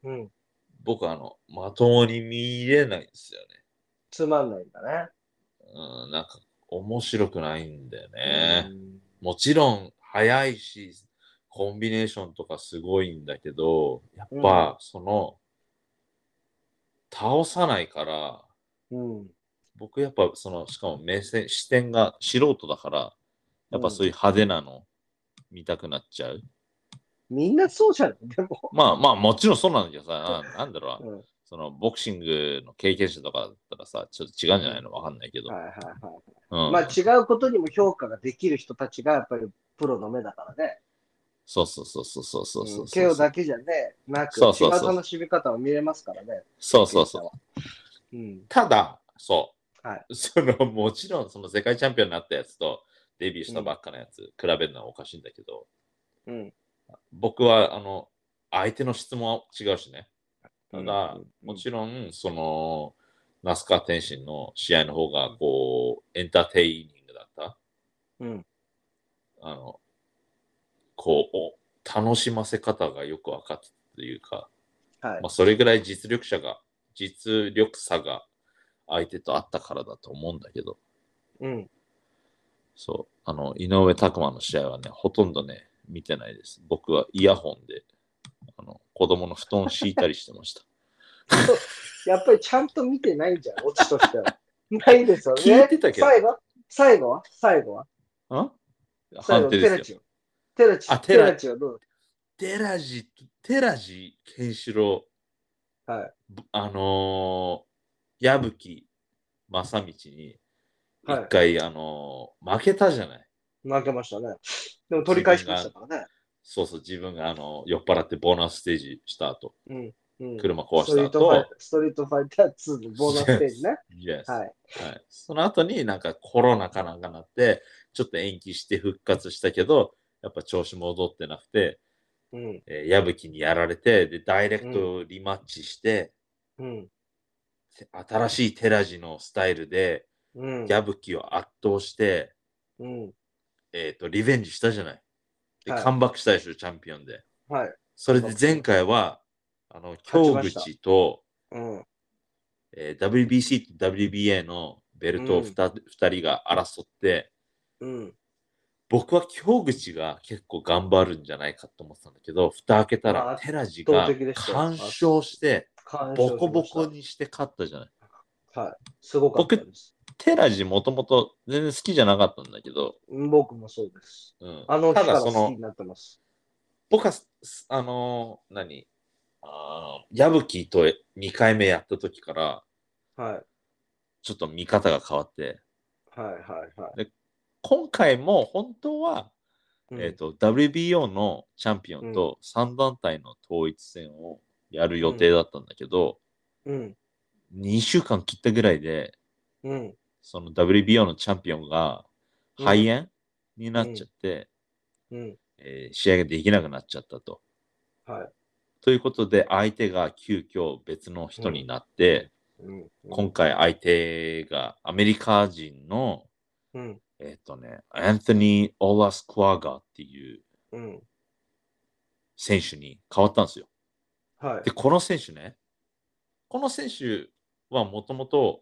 うん。 僕はあの、まともに見れないんですよね。 つまんないんだね。 うん、なんか面白くないんだようね。 ん。 もちろん速いし、コンビネーションとかすごいんだけど、やっうん。 ぱその、倒さないから、 うん。 僕やっぱその、しかも目線、視点が素人だから、やっぱうん。 そういう派手なの見たくなっちゃう。 みんなそうじゃないでも。 まあまあもちろんそうなんだけどさ、ななんだろう。 うん。 そのボクシングの経験者とかだったらさ、ちょっと違うんじうん。 ゃないのわかんないけど。 はいはいはい。 うまあん。 違うことにも評価ができる人たちがやっぱりプロの目だからね。 そうそうそうそうそうそううん。 そうそう。 ケーオーだけじゃね、なく違うそうそうそう。 楽しみ方を見れますからね。 そうそうそう。 経験者は。うん。 ただ、そはい。 う。その、もちろんその世界チャンピオンになったやつとデビューしたうん。 ばっかのやつ、比べるのはおかしいんだけど、 うん。 僕はあの、相手の質も違うしね。 うん。 ただ、 うん。 もちろん、その、那須川天心の試合の方が、こう、エンターテイニングだった。 うん。 あの、こう、楽しませ方がよく分かったというか、 はい。 まあ、それぐらい実力者が、実力差が相手とあったからだと思うんだけど、 うん。 そう、あの、井上拓真の試合はね、ほとんどね、見てないです。僕はイヤホンで、あの、子供の布団敷いたりしてました。 やっぱりちゃんと見てないんじゃん、オチとしては。ないですよ聞いね。 てたけど、 最後最後は最後はん最後、 判定ですよ。 テラチはテラあ、 チ、テテラ、 ラチはどうテラジ、テラジ、ケンシロはウ、あのー、矢吹正道に、 い。は一回、あのー負けたじゃない。 い。負けましたね。でも取自り返しました分が、 からね。 そうそう、自分が、あの酔っ払ってボーナスステージした後、 うん。うん。 車壊しストリートファイター、 た後、 ストリートファイターツーのボーナスステージね。 Yes。 はい。 はい。その後になんかコロナかなんかなって、ちょっと延期して復活したけど、やっぱ調子戻ってなくて、 うん。 えー矢吹にやられて、で、ダイレクうん。 トリマッチして、 うん。 新しいテラジのスタイルで、 うん。 矢吹を圧倒して、 うん。 えっ、と、リベンジしたじゃない。で、 はい。 カムバックしたでしょ、チャンピオンで。 はい。 それで前回は、あの、京勝ちました。 口と、 うん。 えー ダブリュービーシー と ダブリュービーエー のベルトをうん。 2, 人が争って、 うん。 僕は京口が結構頑張るんじゃないかと思ってたんだけど、蓋開けたら、 まあ、圧テラジ倒が的でしたよ。 干あ渉して、 干渉ボコボしました。 コにして勝ったじゃない。 はい。すごかった僕、 です。 テラジもともと全然好きじゃなかったんだけど、 僕もそうです。 うん、 あのた日から好きだその、 になってます。 僕は、あのー何あ矢吹とにかいめやった時から、 はい。 ちょっと見方が変わって、 はいはいはい。 で今回も本当は、 うん。 えっと、ダブリュービーオー のチャンピオンうん。 とさん団体の統一戦をやる予うん。 定だったんだけど、 うん。 にしゅうかん切ったぐらいで、 うん。 その ダブリュービーオー のチャンピオンがうん。 肺炎になっちゃうん。 って、 うん。 えー試合ができなくなっちゃったと。 はい。 ということで、相手が急遽別のうん。 人になっうん。 て、 うん。うん。 今回相手がアメリカ人の、 うん。 えっ、とね、アントニー・オラスクワガーっていううん。 選手に変わったんですよ。 はい。 で、この選手ね、この選手はもともと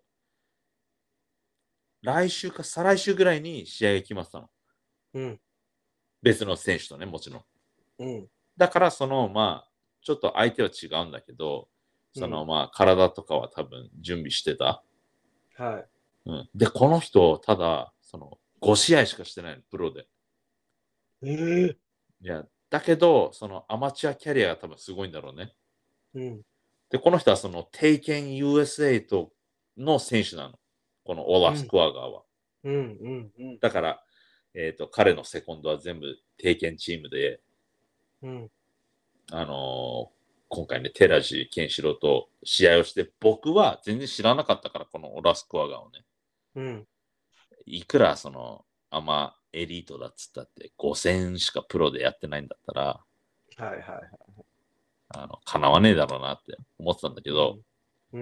来週か再来週ぐらいに試合が決まってたの。 うん。 別の選手とね、もちろん。 うん。 だから、その、まあ、ちょっと相手は違うんだけど、その、 うん。 まあ、体とかは多分準備してた。 はい。 うん。で、この人、ただ、その、ご試合しかしてないの、プロで。 ええ。 いや、だけど、そのアマチュアキャリアが多分すごいんだろうね。 うん。 で、この人はその、テイケン ユーエスエー との選手なの。このオラスうん。 クワガーは。 うん。うん。うん。 だから、えっ、と、彼のセコンドは全部テイケンチームで、 うん。 あのー今回ね、テラジ、ケンシロウと試合をして、僕は全然知らなかったから、このオラスクワガーをね。 うん。 いくらその、あんまエリートだっつったって、ご戦しかプロでやってないんだったら、 はいはいはい。 あの、叶わねえだろうなって思ってたんだけど、 うん。うん。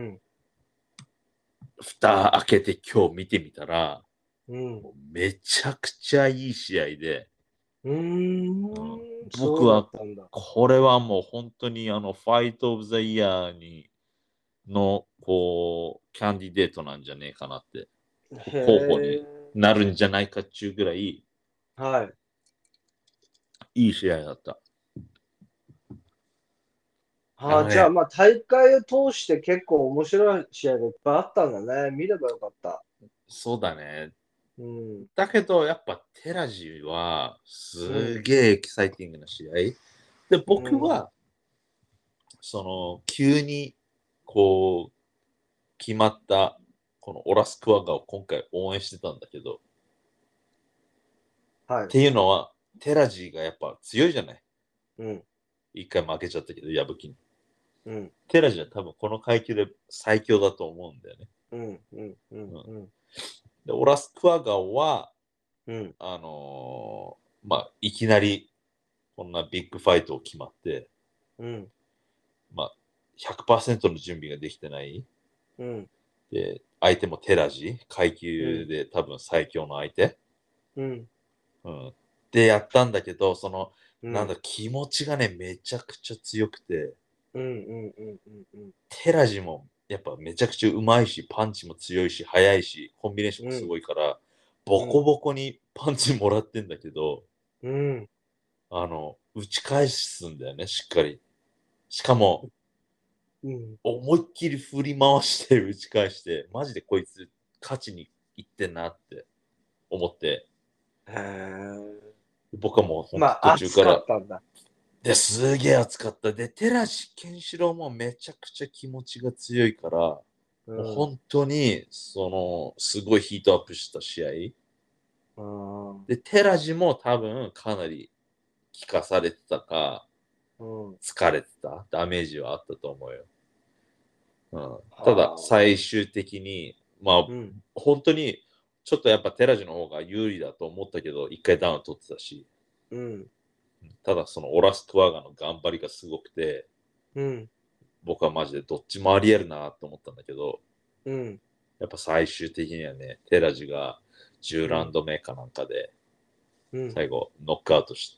蓋開けて今日見てみたら、 うん。 もうめちゃくちゃいい試合で、 うーん。 僕はそうだったんだ。 これはもう本当にあのファイトオブザイヤーにのこうキャンディデートなんじゃねえかなってへ候補にえ。 なるんじゃないかっちゅうぐらいはい。 いい試合だった。あはあ、じゃあ、 のね、 まあ、大会を通して結構面白い試合がいっぱいあったんだね。見ればよかった。 そうだね。 うん。 だけどやっぱテラジはうん。 すげえエキサイティングな試合。で、僕うん。 はその急にこう決まったこのオラスクワガを今回応援してたんだけど、っはい。 ていうのはテラジがやっぱ強いじゃない。 うん。 一回負けちゃったけど、矢吹に。 うん。 テラジは多分この階級で最強だと思うんだよね。 うん。うん。ううんん。 で、オラスクワガは、 うん。 あのーまあ、いきなりこんなビッグファイトを決まって、 うん。 まあ、ひゃくパーセントの準備ができてない。 うん。 で、相手もテラジ、階うん。 級で多分最強の相手。 うん。 うん。で、やったんだけど、その、 うん。 なんだ、気持ちがね、めちゃくちゃ強くて、 うん。うん。うん。うん。 テラジもやっぱめちゃくちゃうまいし、パンチも強いし、速いし、コンビネーションもすごいから、ボコボコにパンチもらってんだけど、 うん。 あの、打ち返すんだよね、しっかり。しかも、 うん。 思いっきり振り回して打ち返して、マジでこいつ勝ちにいってんなって思って、 へえ。 僕はもう本まあ、 当途中暑から、 かったんだ。 で、すげえ熱かった。で、寺地健志郎もめちゃくちゃ気持ちが強いから、もう。 うん本当に、その、すごいヒートアップした試合。 うん。 で、寺地も多分かなり効かされてたか、 うん。 疲れてた、ダメージはあったと思うよ。うん、ただ、 はあ。 最終的に、まあ、 うん。 本当に、ちょっとやっぱ寺地の方が有利だと思ったけど、一回ダウン取ってたし、 うん。 ただそのオラス・クワガの頑張りがすごくて、 うん。 僕はマジでどっちもあり得るなと思ったんだけど、 うん。 やっぱ最終的にはね、テラジがじゅうラウンド目かなんかで、 うん。 最後ノックアウトして、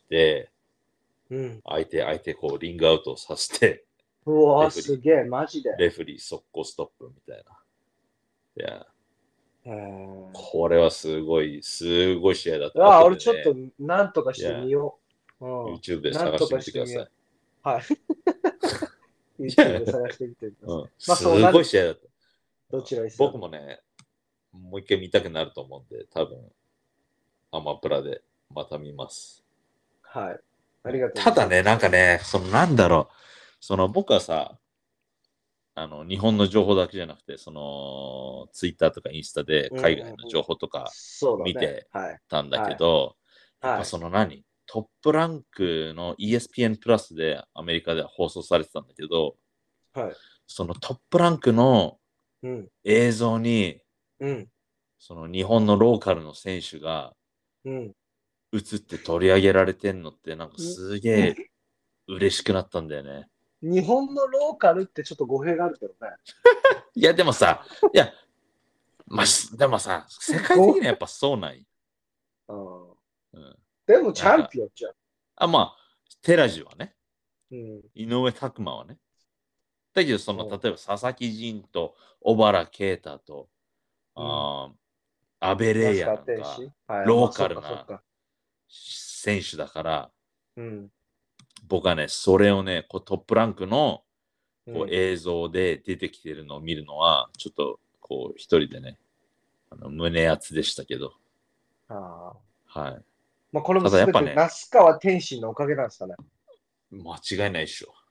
うん。 相手、相手こうリングアウトをさせて、 うわ、 レフリすげえ、マジで。 ー、レフリー速攻ストップみたいな。いや、 へえ。 これはすごい、すごい試合だった。 ああ、 後で俺ちょっとね、 なんとかしていや、 みよう。うん。 YouTube でなんと探してかしてみよみてください。 う。はい。 いや、 YouTube で探してみてください。 うん、 まあそうすなる。 ごい試合だった。 どうんちらにせよね。 僕もね、もう一回見たくなると思うんで、多分、アマプラでまた見ます。 はい。ありがとうただね、 ございます。 なんかね、そのなんだろう、その僕はさ、あの、日本の情報だけじゃなくて、その、ツイッターとかインスタでうん海外のうんうん。 情報とかそうだね。 見てはい。 たんだけはい。 ど、やっぱはい。 その何トップランクの イーエスピーエヌ プラスでアメリカでは放送されてたんだけど、 はい。 そのトップランクのうん。 映像に、 うん。 その日本のローカルの選手がうん。 映って取り上げられてんのって、なんかにすげえ嬉しくなったんだよね。 日本のローカルってちょっと語弊があるけどね。 いや、でもさ、いや、まあ、でもさ、世界的にはやっぱそうない。 うん。 うん。 でもチャンなんか、 ピオンじゃん。 あ、まあ、テラジはね、 うん。 井上拓真はね。だけど、その、 うん。 例えば佐々木仁と小原啓太と、 うん。 あーアベレイヤ那須川なんか、 天心。はい。 ローまあ、そっカルなかそっか。 選手だから、 うん。 僕はね、それをね、こうトップランクのこううん。 映像で出てきてるのを見るのは、ちょっとこう一人でね、あの胸熱でしたけど、 ああ。 はい。 まあ、これもただやすべてっぱね、 那須川天心のおかげなんですかね。 間違いないでしょ。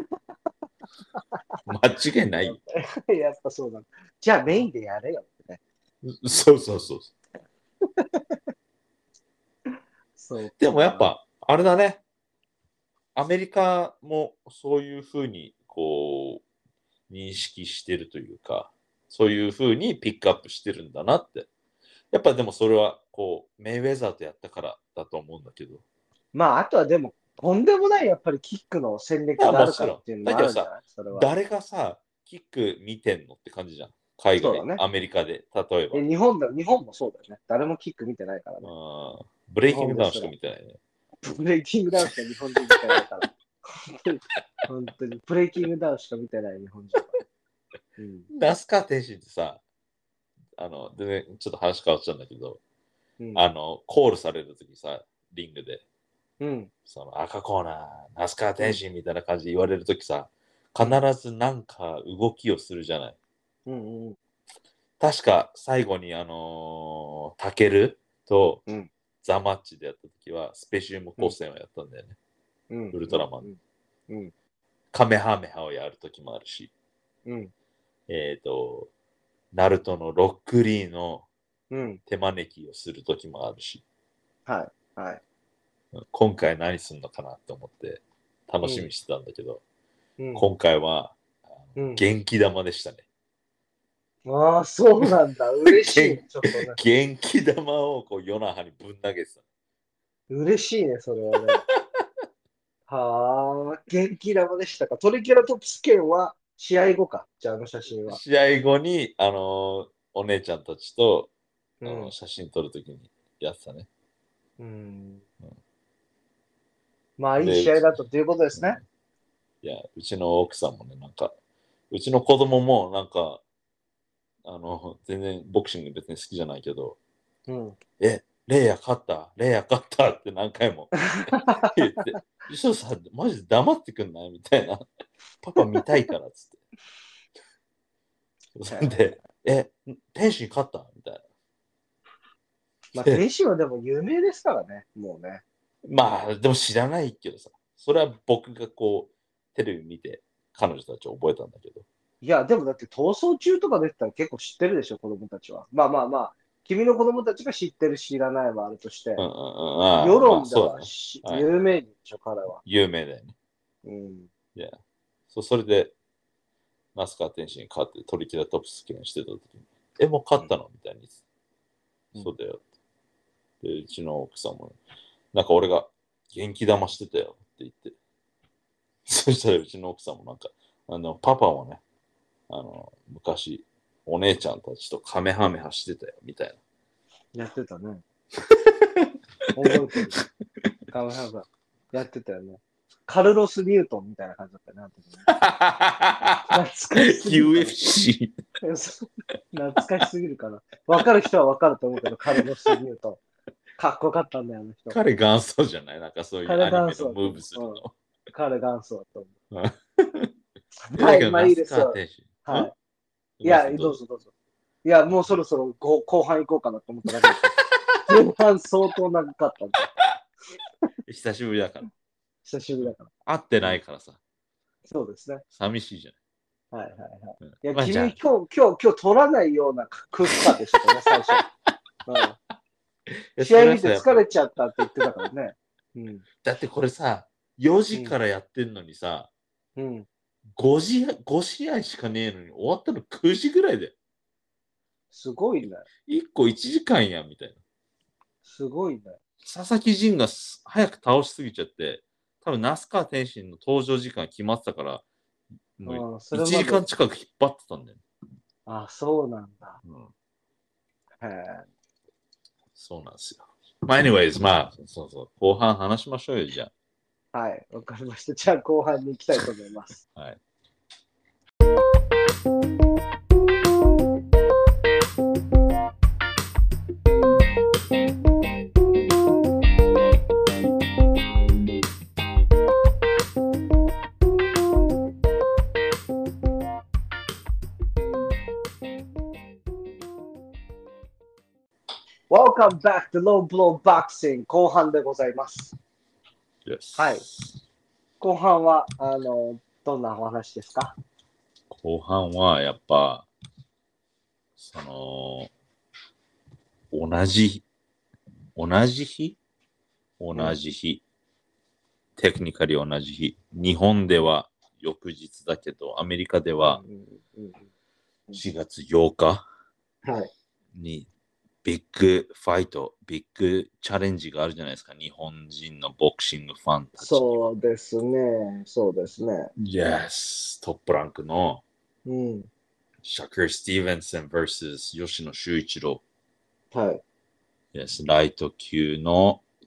間違いないよ。 やっぱそうだ。じゃあメインでやれよってね。 そうそうそう。 そうか。 でもやっぱ、あれだね。アメリカもそういうふうに、こう、認識してるというか、そういうふうにピックアップしてるんだなって。やっぱでもそれは、こう、メイウェザーとやったからだと思うんだけど。いまあ、あとはでも、とんでもないやっぱりキックの戦略や、 があもちろん。 るからっていうのだけどさ、 もあるんじゃないそれは。 誰がさ、キック見てんのって感じじゃん。海外、 そうだね。 アメリカで、例えば。 え日本だ、日本もそうだよね。誰もキック見てないからね。 うんブレ日イキングダウンしか本ですら。 見てないね。 ブレイキングダウンしか日本人見てないから。本当に、本当に。ブレイキングダウンしか見てない日本人は。 うん、那須川天心ってさ、あの、全然ちょっと話変わっちゃうんだけど、うん、あの、コールされるときさ、リングで、 うん、 その赤コーナー、那須川天心みたいな感じで言われるときさ、必ずなんか動きをするじゃない。 うんうん、 確か最後にあのー、タケルとザ・マッチでやったときは、スペシウム光線をやったんだよね。うん、ウルトラマン、うんうん。カメハメハをやるときもあるし、うん、えっ、ー、と、ナルトのロックリーの手招きをするときもあるし、 うん、はい、はい。 今回何するのかなと思って楽しみにしてたんだけど、うん、今回は、うん、元気玉でしたね。 ああ、そうなんだ。嬉しい。ちょっとね、 元気玉をこう夜中にぶん投げてた。 嬉しいね、それはね。はあ、元気玉でしたか。トリケラトプス剣は試合後か。じゃあ、あの写真は。 試合後に、あのー、お姉ちゃんたちと、うん、あの写真撮るときにやってたね。うん。うん、 まあ、いい試合だったということですね。 うん、いや、うちの奥さんもね、なんか、うちの子供もなんか、あの、全然ボクシング別に好きじゃないけど、うん、え、レイヤ勝ったレイヤ勝ったって何回も言って、一緒さ、マジで黙ってくんないみたいな。パパ見たいからっつって。そんで、え、天心勝ったみたいな。 まあ、天心はでも有名ですからね、もうね。 まあ、でも知らないけどさ、それは僕がこう、テレビ見て、彼女たちを覚えたんだけど。 いや、でもだって逃走中とか出てたら結構知ってるでしょ、子供たちは。まあまあまあ、君の子供たちが知ってる知らないはあるとして、うんうんうん、世論では、まあね、はい、有名でしょ、彼は。 有名だよね。うん。いや、そそれで、那須川天心に勝ってトリケラトプス剣してた時に、え、もう勝ったのみたいに、うん、そうだよって。で、うちの奥さんも、ね、なんか俺が元気玉してたよって言って、そしたらうちの奥さんもなんか、あの、パパもね、あの、昔、お姉ちゃんたちとカメハメハしてたよ、みたいな。やってたね。覚えてる。カメハメハやってたよね。カルロス・ニュートンみたいな感じだったよね。懐かしすぎる。 ユーエフシー。 懐かしすぎるかな。わかる人はわかると思うけど、カルロス・ニュートン。かっこよかったんだよ、あの人。 彼元祖じゃないなんかそういうアニメのムーブするの。 彼元祖だと思う。はい、まあいいですよ。はい。いや、どうぞどうぞ。いや、もうそろそろ後後半行こうかなと思ったら、前半相当長かったんで。久しぶりだから。 久しぶりだから。 会ってないからさ。 そうですね。 寂しいじゃない。はいはいはい。うん、いや、まあ、君、今日、今日、今日取らないような空気感でしたね、最初。うん、試合見て疲れちゃったって言ってたからね。 うん、だってこれさ、よじからやってんのにさ、うん、ごじ、ご試合しかねえのに終わったのくじぐらいだよ。 すごいね。 いっこいちじかんや、みたいな。 すごいね。 佐々木仁が早く倒しすぎちゃって、多分那須川天心の登場時間決まってたから、もういちじかん近く引っ張ってたんだよ。 ああ、そうなんだ。うん、 へえ。そうなんですよ。まあ、anyways、まあ、そうそう。後半話しましょうよ、じゃあ。はい、わかりました。じゃあ後半に行きたいと思います。はい。Welcome back to Low Blow Boxing 後半でございます。 Yes. はい。後半は、あの、どんなお話ですか？ 後半は、やっぱ、その、同じ、同じ日同じ日、うん、テクニカル同じ日。日本では翌日だけど、アメリカではしがつようかにビッグファイト、ビッグチャレンジがあるじゃないですか。日本人のボクシングファンたち。 そうですね。そうですね。 Yes。トップランクの、うん、シャクル・スティーブンソン vs 吉野修一郎。はい。Yes。ライト級の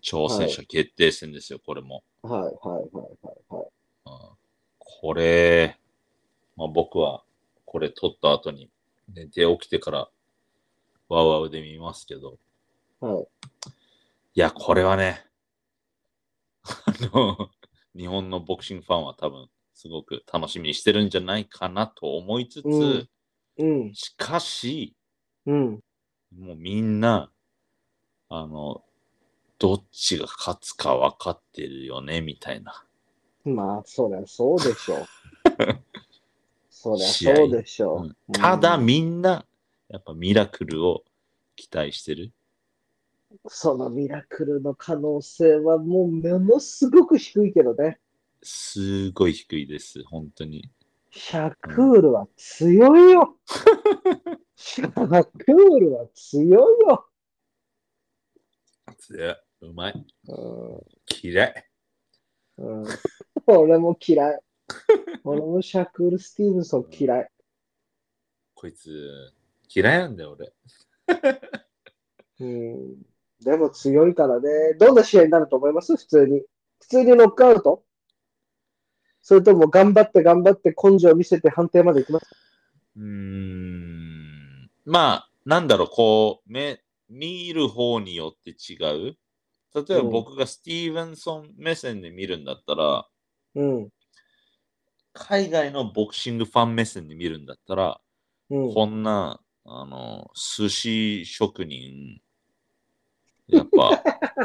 挑戦者決定戦ですよ、これも。 はいはいはいはいはい。 うん、これ、まあ、僕はこれ撮った後に寝て起きてからワウワウで見ますけど、 はい。 いや、これはね、あの、日本のボクシングファンは多分すごく楽しみにしてるんじゃないかなと思いつつ、 うん。うん。 しかし、 うん。 もうみんな、あの、どっちが勝つか分かってるよね、みたいなまあ、そりゃそうでしょう。そりゃ試合。 そうでしょうん、 う。 ただ、 うん、 みんな、やっぱミラクルを期待してる。 そのミラクルの可能性はもうものすごく低いけどね。 すごい低いです、本当に。 シャクールは強いよ。シャクールは強いよ。 うまい。 う嫌い。 ん、うん、俺も嫌い。俺もシャクール・スティーブンソン嫌い。 こいつ、嫌いなんだよ、俺。 うん、でも強いからね。どんな試合になると思います普通に。普通にノックアウトそれとも頑張って頑張って根性を見せて判定まで行きますか？ うーん。まあ、なんだろう、こう、め、見る方によって違う。例えばうん。 僕がスティーブンソン目線で見るんだったら、 うん。 海外のボクシングファン目線で見るんだったら、 うん。 こんな、あの、寿司職人、やっぱ、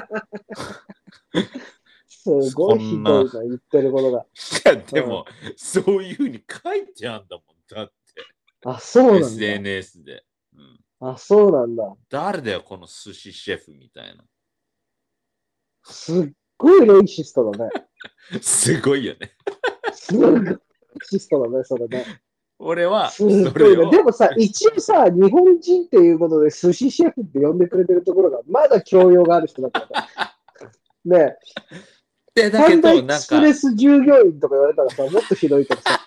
すごこいひんな、 どいな、言ってることが。 いや、でうん。 も、そういうふうに書いてあんだもん。だって、 あ、そうなんだ。 エスエヌエス で。うん、 あ、そうなんだ。 誰だよ、この寿司シェフみたいな。 すっごいレイシストだね。 すごいよね。 すごいレイシストだね、それね。 俺は、 すそごいね。でれを、 もさ、一応さ、日本人っていうことで寿司シェフって呼んでくれてるところが、まだ教養がある人だからね。ねえ、 で、だパンダエけど、 クスプレなんか、 ス従業員とか言われたらさ、もっとひどいからさ。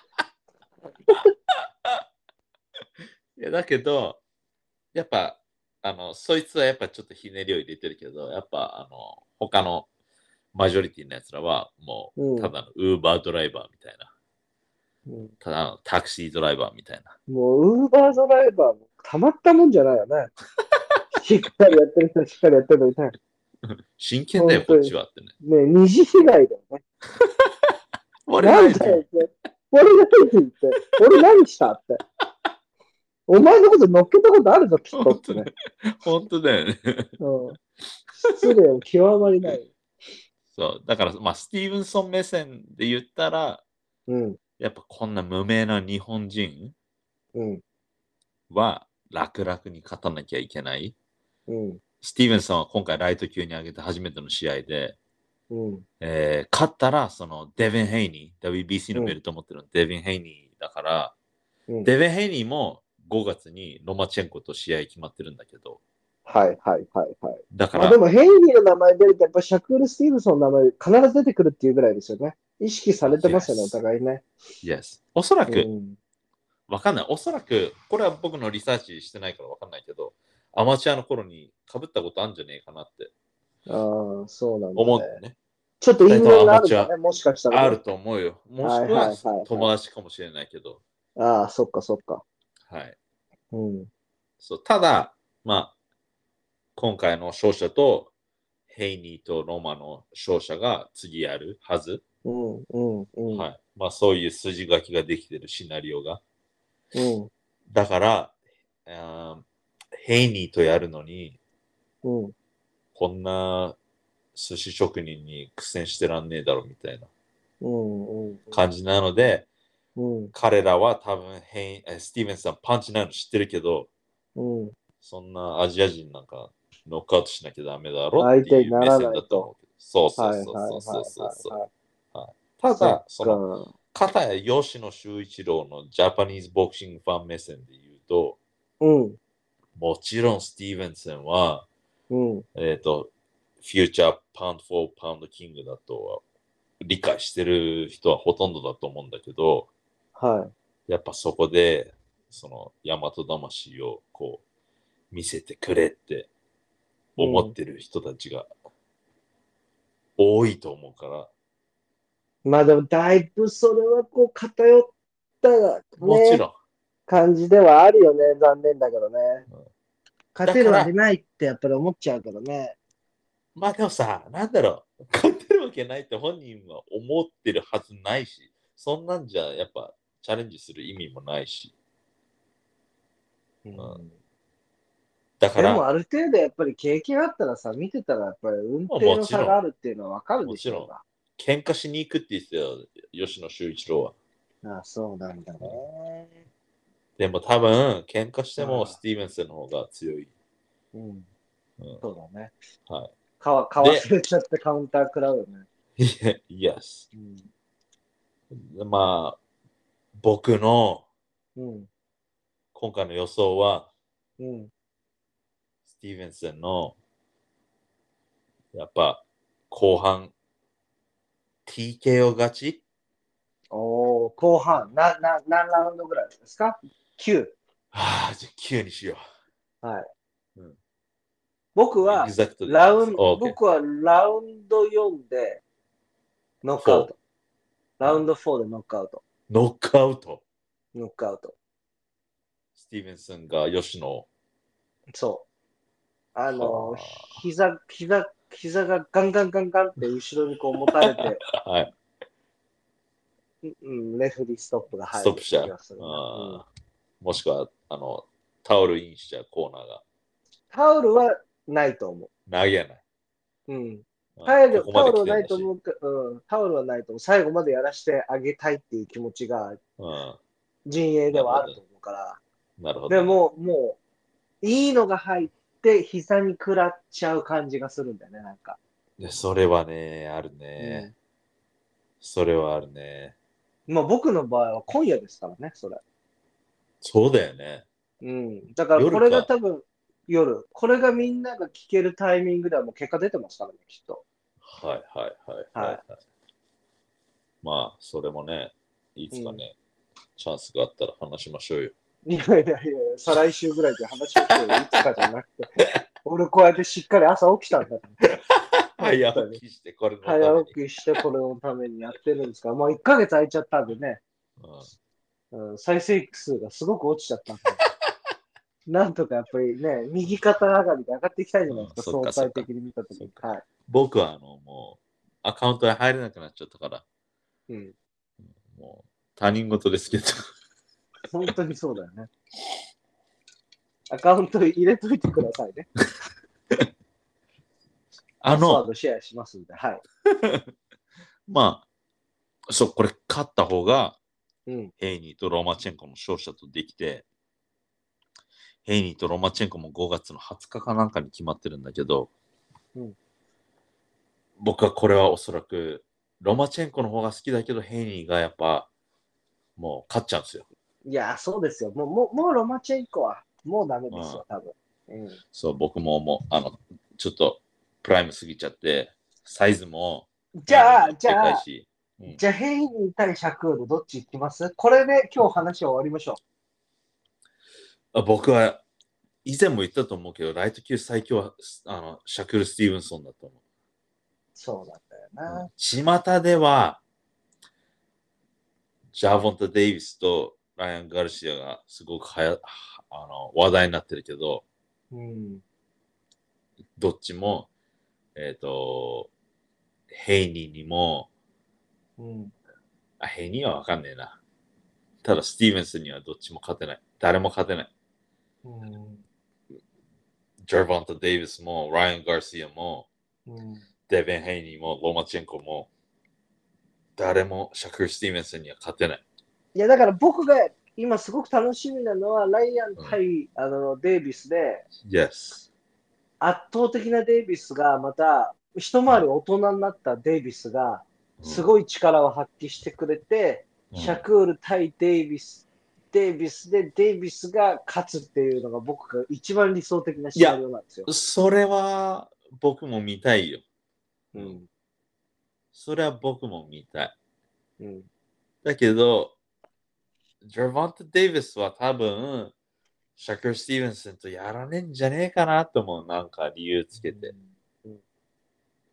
いや、だけど、やっぱ、あの、そいつはやっぱちょっとひねりを入れてるけど、やっぱ、あの、他のマジョリティのやつらは、もう、 うん。 ただのウーバードライバーみたいな。 うん、 ただのタクシードライバーみたいな。 もう、ウーバードライバーもたまったもんじゃないよね。しっかりやってる人はしっかりやってるのにね。 真剣だよ、こっ本当に。 ちはってね。 ね、二次被害だよね。 俺なんだよって。俺何って言って。俺何したって。お前のこと乗っけたことあるぞ、きっとってね。 本当ね。本当だよね。 うん。失礼を極まりない。 そう。だから、まあ、スティーブンソン目線で言ったら、 うん。 やっぱこんな無名な日本人うん。 は楽々に勝たなきゃいけない。 うん。 スティーブンソンは今回ライト級に上げて初めての試合で、 うん。 えー勝ったら、そのデビン・ヘイニー、ダブリュービーシー のベルトを持ってるのデビン・ヘイニーだから、 うん。 デビン・ヘイニーもごがつにロマチェンコと試合決まってるんだけど、 はいはいはいはい。 だから、 まあでも、ヘイリーの名前出ると、やっぱシャクール・スティーブソンの名前必ず出てくるっていうぐらいですよね。意識されてますよね、お Yes、 互いね。 Yes。おそらうく、 ん。 わかんない。おそらく、これは僕のリサーチしてないからわかんないけど、アマチュアの頃に被ったことあるんじゃねえかなってああ、そうなんだね。 思ってね。 ちょっと因二人ともア縁があマチュアるんだね、もしかしたらね。 あると思うよ。もしくははいはいはい友は達かもしれないけど。 い。ああ、そっかそっか。 はい。 うん。 そうただ、まあ、今回の勝者とヘイニーとロマの勝者が次やるはず。 うん、うん、うん、 はい。まあそういう筋書きができてるシナリオが。 うん、 だから、あーヘイニーとやるのに、 うん、 こんな寿司職人に苦戦してらんねえだろみたいなうん、うん、 感じなので、 うん、 彼らは多分ヘイえスティーブンさんパンチないの知ってるけど、 うん。 そんなアジア人なんかノックアウトしなきゃダメだろって相手にならいう目線ないと。 だと思うけど。そうそうはい、はい、 そうそうはい、 そうそう。 はい、はい。 はい、たそっだ、その、 か。 片や吉野修一郎のジャパニーズボクシングファン目線で言うと、 うん、 もちろんスティーブンソンは、 うん、 えっ、と、フューチャーパウンド・フォー・パウンド・キングだとは理解してる人はほとんどだと思うんだけど、 はやっぱそこで、その、大和魂をこう、見せてくれってい。うん、 思ってる人たちが多いと思うから。 まあでもだいぶそれはこう偏ったね、 もちろん。 感じではあるよね。残念だけどね。 うん、 勝てるわけないってやっぱり思っちゃうけどね。 まあでもさ、なんだろう、勝てるわけないって本人は思ってるはずないし、そんなんじゃやっぱチャレンジする意味もないし。 うん、 だから、 でもある程度やっぱり経験あったらさ、見てたらやっぱり運転の差があるっていうのはわかるでしょうが。 喧嘩しに行くって言ってたよ、吉野修一郎は。 ああ、そうなんだね。 でも多分、喧嘩してもスティーブンスの方が強い。 うん。うん、そうだね。 はい。 かわ、かわせれちゃってカウンター食らうよね。 Yes。 うん、 まあ、僕のうん、 今回の予想は、 うん、 スティーブンスのやっぱ後半 ティーケーオー 勝ち。 おー、後半、な、な、何ラウンドぐらいですか？ きゅう。 はあ、じゃあきゅうにしよはい。 う。うん、 僕は、 エグザクトでラウン、 オーケー。 僕はラウンドよんでノックアウト。ラウンドよんでノックアウト。 ノックアウト。 ノックアウト。 スティーブンスンが吉野。 そう。あの、 はあ、 膝、膝、膝がガンガンガンガンって後ろにこう持たれて、 はい。 うん、レフリーストップがス入るトップしちゃう。 するな、 あ、 うん、 もしくは、あの、タオルインしちゃうコーナーが。 タオルはないと思投げない。 う。うん。 うん、 タオルここまでタオルはな来てんだし。 いと思うけうん、タオルはないと思う。最後までやらしてあげたいっていう気持ちがうん、 陣営ではあると思うから。 なるほど。 でも、もう、いいのが入って膝に食らっちゃう感じがするんだよね、なんか。 でそれはね、あるね、 うん。 それはあるね。 まあ僕の場合は今夜ですからね、それ。 そうだよね。 うん。だからこれが夜か。 多分夜、これがみんなが聞けるタイミングではもう結果出てますからね、きっと。 はいはいはいはい、 ははい。まあ、それもね、いつかね、うん、チャンスがあったら話しましょうよ。 い。いやいやいや、再来週ぐらいで話をしてよ、いつかじゃなくて。俺こうやってしっかり朝起きたんだ。 早起きしてこれのために。 早起きしてこれのためにやってるんですから、もういっかげつ空いちゃったんでね、うんうん、再生数がすごく落ちちゃったんで、なんとかやっぱりね、右肩上がりで上がっていきたいじゃないですか、 うん、 相対的に見たときに。はい、 僕はあのもうアカウントに入れなくなっちゃったから、 うん、 もう他人事ですけど。 本当にそうだよね。アカウント入れといてくださいね。 あの、パスワードシェアしますんで、はい。 まあ、そう、これ勝った方が、 うん、 ヘイニーとローマチェンコの勝者とできて、ヘイニーとローマチェンコもごがつのはつかかなんかに決まってるんだけど、うん、僕はこれはおそらく、ローマチェンコの方が好きだけど、ヘイニーがやっぱ、もう勝っちゃうんですよ。 いや、そうですよ。もう、もう、もうロマチェンコは、もうダメですよ、多分。うん、 そう、僕ももう、あの、ちょっと、プライム過ぎちゃって、サイズも、 じゃあ、じゃあ、 うん、 じゃあ、ヘイニー対シャクール、どっち行きます？これで今日話を終わりましょう。僕は、以前も言ったと思うけど、ライト級最強は、あの、シャクール・スティーブンソンだと思う。 そうなんだよな。うん、 巷では、ジャーボンタ・デイビスとライアン・ガルシアがすごくはやあの話題になってるけど、うん、どっちも、えっ、ー、と、ヘイニーにも、うん、あ、ヘイニーはわかんねえな。ただ、スティーブンスにはどっちも勝てない。誰も勝てない。うん、ジャーボンタ・デイビスも、ライアン・ガルシアも、うん、デベン・ヘイニーも、ローマチェンコも、誰もシャクル・スティーブンスには勝てない。 いや、だから僕が今すごく楽しみなのは、ライアン対、うん、あのデイビスで、 yes. 圧倒的なデイビスがまた、一回り大人になったデイビスが、すごい力を発揮してくれて、うん、シャクール対デイビス、デイビスでデイビスが勝つっていうのが僕が一番理想的なシナリオなんですよ。 それは僕も見たいよ。うん。それは僕も見たい。うん、だけど、ジャーボンタ・デイビスは多分、シャクル・スティーブンスンとやらねえんじゃねえかなと思う。なんか理由つけて。うんうん、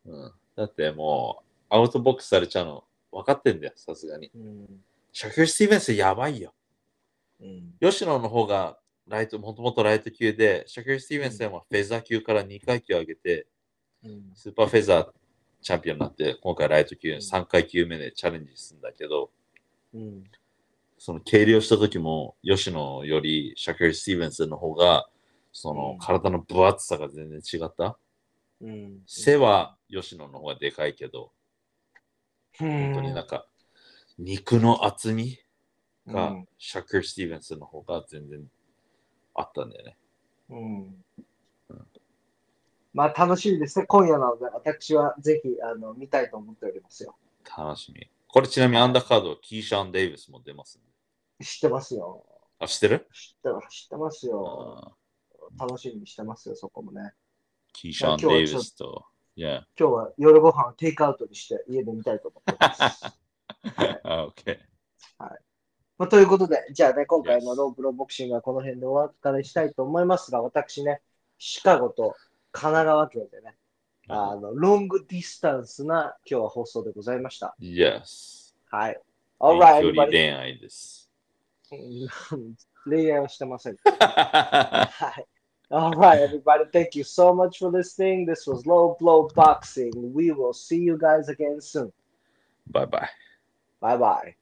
だってもう、アウトボックスされちゃうの分かってんだよ、さすがに。 うん。 シャキル・スティーブンスやばいよ。 うん。 吉野の方がライト、もともとライト級で、シャキル・スティーブンスはフェザー級からにかい級上げて、 うん。 スーパーフェザーチャンピオンになって、今回ライト級うんさんかい級目でチャレンジするんだけど、 うん。 その計量した時も、吉野よりシャキル・スティーブンスの方が、そのうん体の分厚さが全然違った。 うん。 背は吉野の方がでかいけど、 うん、 本当になんか、肉の厚みがうんシャキル・スティーブンスの方が全然あったんだよね。 うんまあ楽しみですね。今夜なので、私はぜひあの見たいと思っておりますよ。 楽しみ。これちなみにはいアンダーカード、キーシャーン・デイビスも出ますんで。 知ってますよ。 あ、知ってる知って知ってますよ。 あ楽しみにしてますよ、そこもね。 キーシャーン・デイビスと、yeah. 今日は夜ご飯をテイクアウトにして家で見たいと思ってます。はいあ、OK。 はいまあ、ということで、じゃあね、今回の Yes. ロープロボクシングはこの辺でお別れしたいと思いますが、私ね、シカゴと神奈川県でね、あのロングディスタンスな今日は放送でございました。 Yes. はい。 遠 Alright, 距離 everybody. 恋愛です。 恋愛はしてません。はい。Alright, everybody. Thank you so much for listening. This was Low Blow Boxing. We will see you guys again soon. Bye bye. Bye bye.